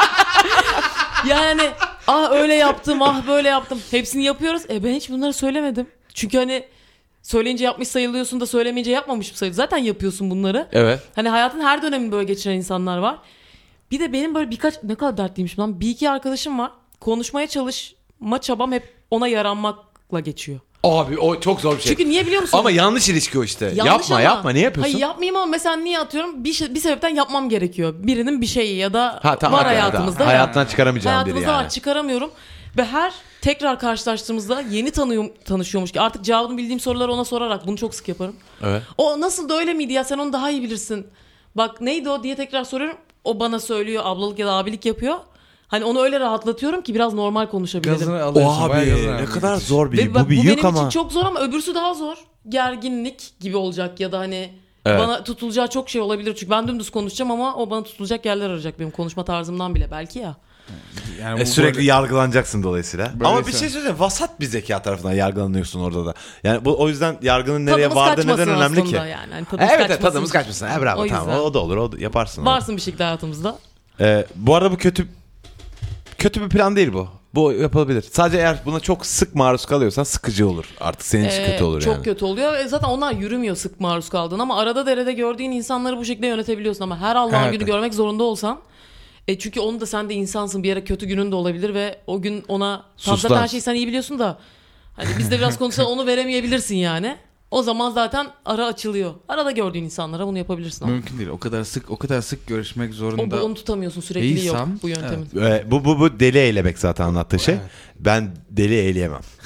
Yani öyle yaptım, böyle yaptım. Hepsini yapıyoruz. Ben hiç bunları söylemedim. Çünkü hani söyleyince yapmış sayılıyorsun da söylemeyince yapmamış mı sayılıyorsun? Zaten yapıyorsun bunları. Evet. Hani hayatın her dönemini böyle geçiren insanlar var. Bir de benim böyle ne kadar dertliymişim lan. Bir iki arkadaşım var. Konuşmaya çalışma çabam hep ona yaranmakla geçiyor. Abi o çok zor bir şey. Çünkü niye biliyor musun? Ama yanlış ilişki o işte. Yanlış Yapma. ama. Niye yapıyorsun? Hayır yapmayayım ama mesela niye atıyorum? Bir sebepten yapmam gerekiyor. Birinin bir şeyi ya da Tamam, var okey, hayatımızda. tamam. Hayatından çıkaramayacağım biri Hayatımızda yani. var, çıkaramıyorum. Ve her tekrar karşılaştığımızda yeni tanışıyormuş ki artık cevabını bildiğim soruları ona sorarak bunu çok sık yaparım. Evet. O nasıl da öyle miydi ya, sen onu daha iyi bilirsin. Bak neydi o diye tekrar soruyorum. O bana söylüyor, ablalık ya da abilik yapıyor. Hani onu öyle rahatlatıyorum ki biraz normal konuşabilelim. Gazını O alıyorsun. abi bayağı gazını ne alıyorsun. kadar zor Ve bir bak, bu bir bu yük benim ama. için çok zor ama öbürsü daha zor. Gerginlik gibi olacak ya da hani Evet. bana tutulacağı çok şey olabilir. Çünkü ben dümdüz konuşacağım ama o bana tutulacak yerler arayacak benim konuşma tarzımdan bile belki ya. Yani bu Sürekli böyle- yargılanacaksın dolayısıyla. Böyleyse. Ama bir şey söyleyeyim, vasat bir zeka tarafından yargılanıyorsun orada da. Yani o yüzden yargının nereye Tadımız vardı neden kaçmasın önemli ki? aslında yani. Hani tadımız Evet kaçmasın. tadımız kaçmasın. Bravo O tamam yüzden. o da olur, yaparsın. onu. Varsın bir şekilde hayatımızda. Bu arada bu kötü bir plan değil bu. Bu yapılabilir. Sadece eğer buna çok sık maruz kalıyorsan sıkıcı olur. Artık senin için kötü olur çok yani. kötü oluyor. Zaten onlar yürümüyor sık maruz kaldığın ama arada derede gördüğün insanları bu şekilde yönetebiliyorsun ama her Allah'ın Evet. günü görmek zorunda olsan çünkü onu da sen de insansın, bir yere kötü günün de olabilir ve o gün ona Sus zaten lan. her şeyi sen iyi biliyorsun da hani biz de biraz konuşsan onu veremeyebilirsin yani. O zaman zaten ara açılıyor. Arada gördüğün insanlara bunu yapabilirsin ama. Mümkün değil. O kadar sık görüşmek zorunda. Onu tutamıyorsun, sürekli yok İyiysem, bu yöntemin. Bu deli eylemek zaten anlattığı şey. Evet. Ben deli eyleyemem.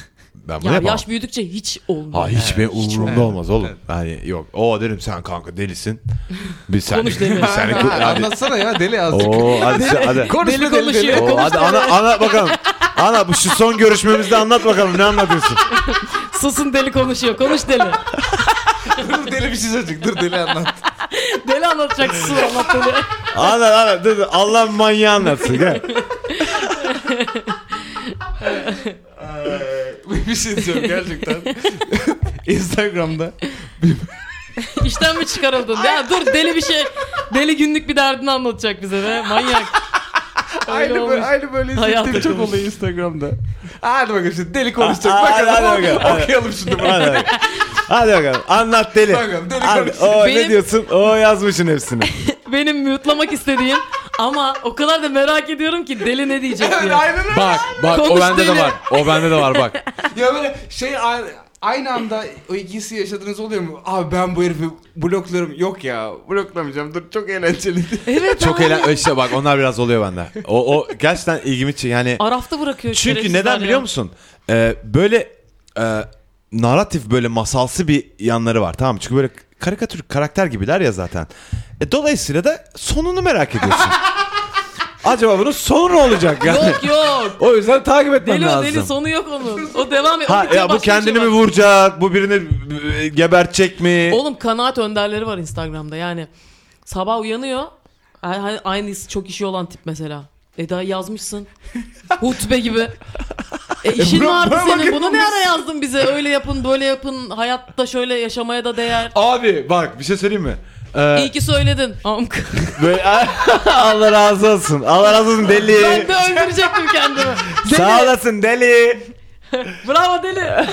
Ben bunu Ya yapamam. yaş büyüdükçe hiç olmuyor. Ha hiç benim umurumda Evet, olmaz oğlum. evet. Hani yok. O derim sen kanka delisin. Biz sen. Konuş deli. Sen hadi. Anlatsana ya deli azıcık. Hadi. Konuşma Deli deli konuşuyor. deli. Hadi anlat bakalım. Ana bu şu son görüşmemizde anlat bakalım ne anlatıyorsun? Susun deli konuşuyor. Konuş deli. Dur deli bir şey söyleyecek. Dur deli anlat. Deli anlatacak susun anlat deli. Anlat dur Allah manyağı anlatsın gel. Bir şey söyleyeyim gerçekten. Instagram'da İşten mi çıkarıldın? Ya dur deli bir şey. Deli günlük bir derdini anlatacak bize be. Manyak. Öyle olmuş. aynı böyle Hayatta hissettiğim çok konuşuyor. oluyor Instagram'da. Hadi bakalım şimdi deli konuşacak. Hadi Bakalım bakalım. okuyalım şimdi bunu. Hadi bakalım anlat deli. Bakalım, deli Hadi, konuşsun. ne Benim- diyorsun? O yazmışsın hepsini. Benim mute'lamak istediğim ama o kadar da merak ediyorum ki deli ne diyecek Evet diye. aynen öyle. Bak Konuş o bende de deli. var. O bende de var bak. Ya böyle aynı anda o ikisi yaşadığınız oluyor mu? Abi ben bu herifi bloklarım. Yok ya bloklamayacağım. Dur çok eğlenceliydi. Evet Çok abi. işte bak onlar biraz oluyor bende. O gerçekten ilgimi çekiyor. Yani Arafta bırakıyor. çünkü şerefsizler neden ya. biliyor musun? Böyle narratif böyle masalsı bir yanları var tamam mı? Çünkü böyle karikatür karakter gibiler ya zaten. Dolayısıyla da sonunu merak ediyorsun. Acaba bunun sonu ne olacak yani? Yok. O yüzden takip etmem Deli o lazım. deli sonu yok onun. O devam ediyor. Ha ya bu kendini mi vuracak? Bu birini gebertecek mi? Oğlum kanaat önderleri var Instagram'da yani. Sabah uyanıyor. Aynısı çok işi olan tip mesela. Daha yazmışsın. Hutbe gibi. İşin buna- vardı buna senin. Bunu ne bakıyormuş. ara yazdın bize? Öyle yapın böyle yapın. Hayatta şöyle yaşamaya da değer. Abi bak bir şey söyleyeyim mi? İyi ki söyledin. Böyle, Allah razı olsun. Allah razı olsun deli. Ben de öldürecektim kendimi. Deli. Sağ olasın deli. Bravo deli.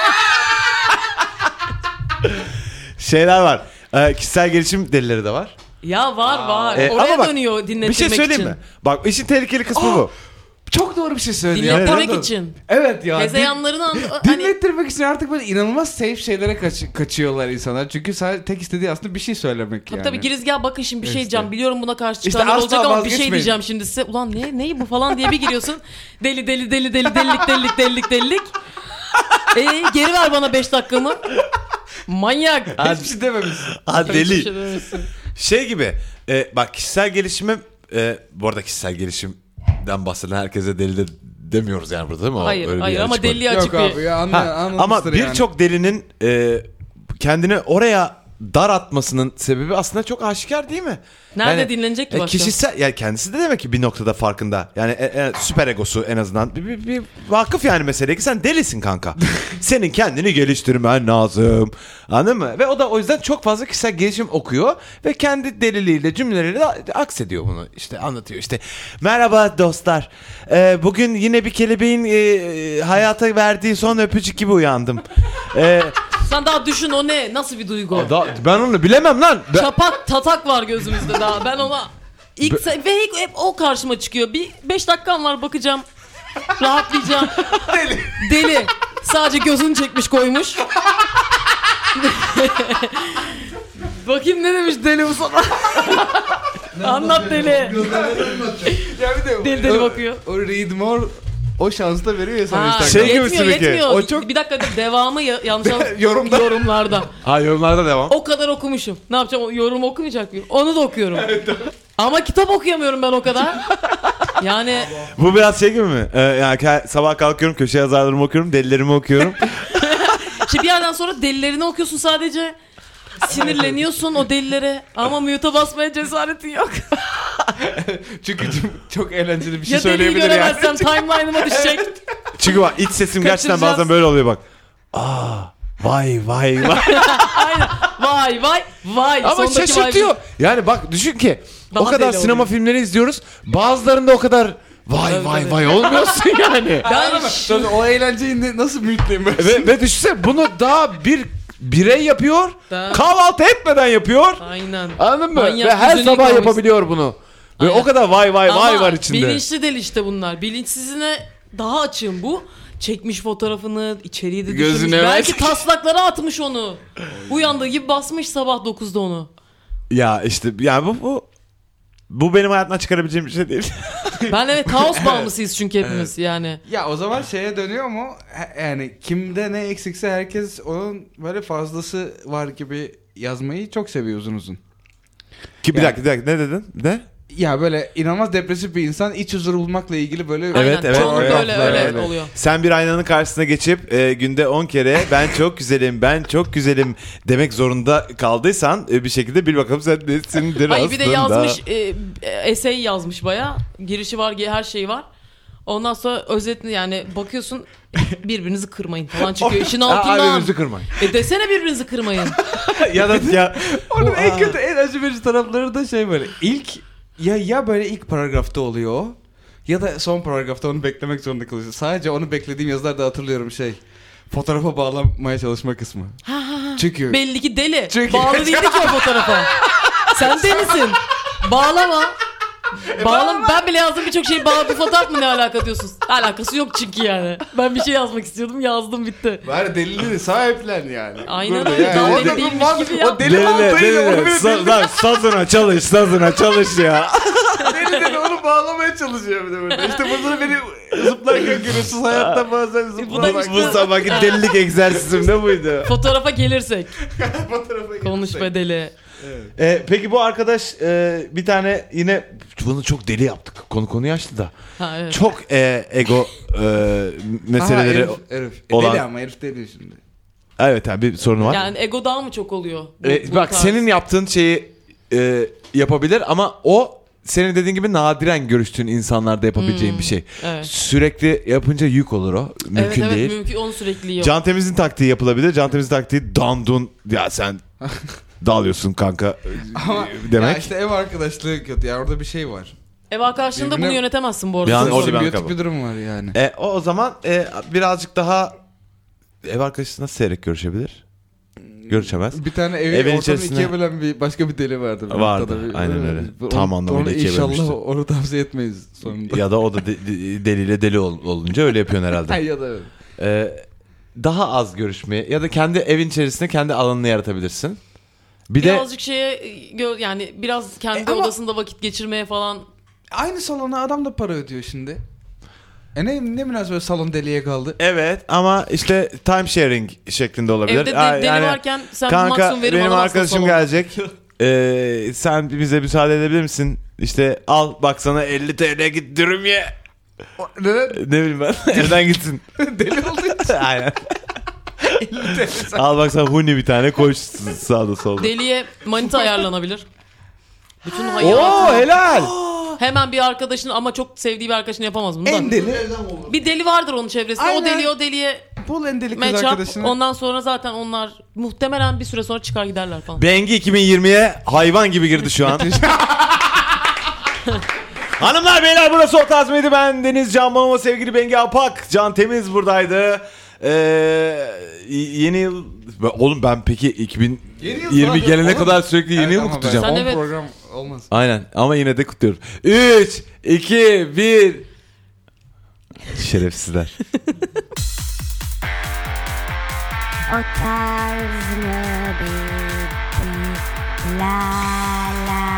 Şeyler var. Kişisel gelişim delileri de var. Ya var. Ama Oraya bak, dönüyor dinletmek Bir şey söyleyeyim için. mi? Bak işin tehlikeli kısmı bu. Çok doğru bir şey söyledi ya. Dinletmek Pardon. için. Evet ya. Hezeyanlarını hani Dinlettirmek için artık böyle inanılmaz safe şeylere kaçıyorlar insanlar. Çünkü sadece tek istediği aslında bir şey söylemek yani. tabii girizgah bakın şimdi bir şey İşte. diyeceğim. Biliyorum buna karşı İşte çıkanlar asla olacak ama bir şey vazgeçmeyin. diyeceğim şimdi size. Ulan neyi bu falan diye bir giriyorsun. Deli delilik. Geri ver bana 5 dakikamı. Manyak. Hiçbir şey dememişsin. Ha Hiçbir deli. şey dememişsin. Şey gibi. Bak kişisel gelişime bu arada kişisel gelişimden bahseden herkese deli de demiyoruz yani burada değil mi? Hayır Öyle bir hayır yer ama çıkmadı. deliye açık Yok bir. abi ya Ha, anlamıştır ama yani. birçok delinin kendini oraya dar atmasının sebebi aslında çok aşikar değil mi? Nerede dinlenecek ki başka? Kişisel yani kendisi de demek ki bir noktada farkında. Yani süper egosu en azından bir vakıf yani meseleye ki sen delisin kanka. Senin kendini geliştirmen lazım. Anladın mı? Ve o da o yüzden çok fazla kişisel gelişim okuyor ve kendi deliliğiyle cümleleriyle de aksediyor bunu. İşte anlatıyor işte. Merhaba dostlar. Bugün yine bir kelebeğin hayata verdiği son öpücük gibi uyandım. Sen daha düşün o ne? Nasıl bir duygu? Ben onu bilemem lan. Çapak tatak var gözümüzde daha. Ben ona ve hep o karşıma çıkıyor. Bir 5 dakikam var bakacağım. Rahatlayacağım. Deli. Sadece gözünü çekmiş koymuş. Bakayım ne demiş deli bu sana. Anlat deli. Ya bir de Deli bakıyor. O read more o şansı da veriyor ya sana Ha, Instagram. Şey gibisi peki. yetmiyor. O çok- Bir dakika devamı yanlış Yorumda. yorumlarda. Ha yorumlarda devam. O kadar okumuşum. Ne yapacağım? O yorum okumayacak mıyım? Onu da okuyorum. Ama kitap okuyamıyorum ben o kadar. Yani Bu biraz şey gibi mi? Yani sabah kalkıyorum köşe yazarlarımı okuyorum, delilerimi okuyorum. işte bir yerden sonra delilerini okuyorsun sadece. Sinirleniyorsun o delilere ama mute'a basmaya cesaretin yok. Çünkü çok eğlenceli bir şey Ya deliyi söyleyebilir yani. göremezsem timeline'ıma düşecek. Çünkü bak iç sesim gerçekten Kaçıracağız. bazen böyle oluyor bak. Vay. Aynen. Vay. Ama Sondaki vay. şaşırtıyor. Yani bak düşün ki Daha o kadar deli sinema oluyor. filmleri izliyoruz. Bazılarında o kadar vay olmuyorsun yani. Ben Sonra o eğlenceyi nasıl mütleyeyim ben? ve düşünsene bunu daha bir birey yapıyor. Da- Kahvaltı etmeden yapıyor. Aynen. Anladın mı? Manyak, ve her yüzünü sabah yıkamış. yapabiliyor bunu. Ve Aynen. o kadar vay Ama var içinde. bilinçli deli işte bunlar. Bilinçsizine daha açığım bu. Çekmiş fotoğrafını, içeriği de düşürmüş. Gözüne Belki ver. taslaklara atmış onu. Uyandığı gibi basmış sabah 9'da onu. Ya işte yani bu Bu benim hayatımdan çıkarabileceğim bir şey değil. Ben evet kaos bağımlısıyız çünkü hepimiz yani. Ya o zaman şeye dönüyor mu? Yani kimde ne eksikse herkes onun böyle fazlası var gibi yazmayı çok seviyor uzun uzun. Ki bir dakika ne dedin? Ne? Ya böyle inanılmaz depresif bir insan iç huzuru bulmakla ilgili böyle... Evet, Aynen, evet, çoğunlukla evet, öyle evet. oluyor. Sen bir aynanın karşısına geçip günde 10 kere ben çok güzelim, ben çok güzelim demek zorunda kaldıysan bir şekilde bil bakalım sen nesindir Hayır aslında. bir de yazmış essay yazmış baya. Girişi var, her şeyi var. Ondan sonra özetini yani bakıyorsun birbirinizi kırmayın falan çıkıyor işin altından. Birbirinizi kırmayın. Desene birbirinizi kırmayın. Ya da ya. Onun en kötü, en acı verici tarafları da şey böyle. İlk ya böyle ilk paragrafta oluyor o, ya da son paragrafta onu beklemek zorunda kalıyorsun. Sadece onu beklediğim yazılarda hatırlıyorum şey. Fotoğrafa bağlamaya çalışma kısmı. Çünkü Belli ki deli. Çünkü- Bağlı değildi ki o fotoğrafa. Sen delisin. Bağlama. Ben bile yazdım birçok şeyi bağlı bir fotoğraf mı ne alaka diyorsunuz? Alakası yok çünkü yani. Ben bir şey yazmak istiyordum yazdım bitti. bari deliliğini sahiplen yani. Aynen Burada öyle. yani. Daha Orada deli bir değilmiş var- gibi ya. O deli mantığıyla onu böyle Lan sazına çalış ya. deli onu bağlamaya çalışıyor bir de burada. İşte burada beni zıplarken görüyorsunuz hayatta bazen Bu da zıplamak. işte- Bu sabahki delilik egzersizim ne buydu? Fotoğrafa gelirsek. Fotoğrafa Konuş be deli. Peki bu arkadaş bir tane yine bunu çok deli yaptık. Konuyu açtı da. Ha, evet. Çok ego meseleleri herif. olan- Deli ama herif deli şimdi. evet abi bir sorunu var. Yani ego daha mı çok oluyor? Bak tarz? senin yaptığın şeyi yapabilir ama o senin dediğin gibi nadiren görüştüğün insanlarda yapabileceğin bir şey. Evet. Sürekli yapınca yük olur o. Mümkün evet, değil. mümkün. Onun sürekliliği yok. Can Temiz'in taktiği yapılabilir. Can Temiz'in taktiği dandun. Ya sen dağılıyorsun kanka Ama demek. ya işte ev arkadaşlığı kötü ya, orada bir şey var. Ev arkadaşlığında bunu Birbirine- yönetemezsin bu arada. Yani orada bir Simbiyotik handikap bir durum var yani. O zaman birazcık daha ev arkadaşı nasıl seyrek görüşebilir? Görüşemez. Bir tane Evin ortamı içerisine- ikiye bölen başka bir deli vardı. Vardı, aynen öyle. Tam anlamıyla ikiye İnşallah bölmüştü. onu tavsiye etmeyiz sonunda. Ya da o da deliyle deli olunca öyle yapıyorsun herhalde. ya da evet. Daha az görüşmeye ya da kendi evin içerisinde kendi alanını yaratabilirsin. Bir de Birazcık yani biraz kendi ama- odasında vakit geçirmeye falan. Aynı salona adam da para ödüyor şimdi. Ne münasebet salon deliye kaldı. evet ama işte time sharing şeklinde olabilir. Evde deli Yani, varken sen kanka maksimum verim benim alamazsın arkadaşım salonda. gelecek. Sen bize müsaade edebilir misin? İşte al bak sana 50 TL git dürüm ye. Neden? Ne bileyim ben. Evden gitsin. Deli olduğu için. Aynen. Al bak sana huni bir tane koy sağda solda. Deliye manita ayarlanabilir. Bütün Oo hayatını. helal. Hemen bir arkadaşın ama çok sevdiği bir arkadaşın yapamaz bunu da. En deli. Evden olur. Bir deli vardır onun çevresinde. Aynen. O deliye Bul en deli kız match up. arkadaşını. Ondan sonra zaten onlar muhtemelen bir süre sonra çıkar giderler falan. Bengi 2020'ye hayvan gibi girdi şu an. Hanımlar beyler burası Orta Azmi'ydi. Ben Deniz Can Bonomo, sevgili Bengi Apak. Can Temiz buradaydı. Yeni yıl... Oğlum ben peki 2020 gelene kadar sürekli yeni yıl mı ama kutlayacağım? Sen on evet. program olmaz. Aynen ama yine de kutluyorum. 3, 2, 1... Şerefsizler. O tarz mı bir la la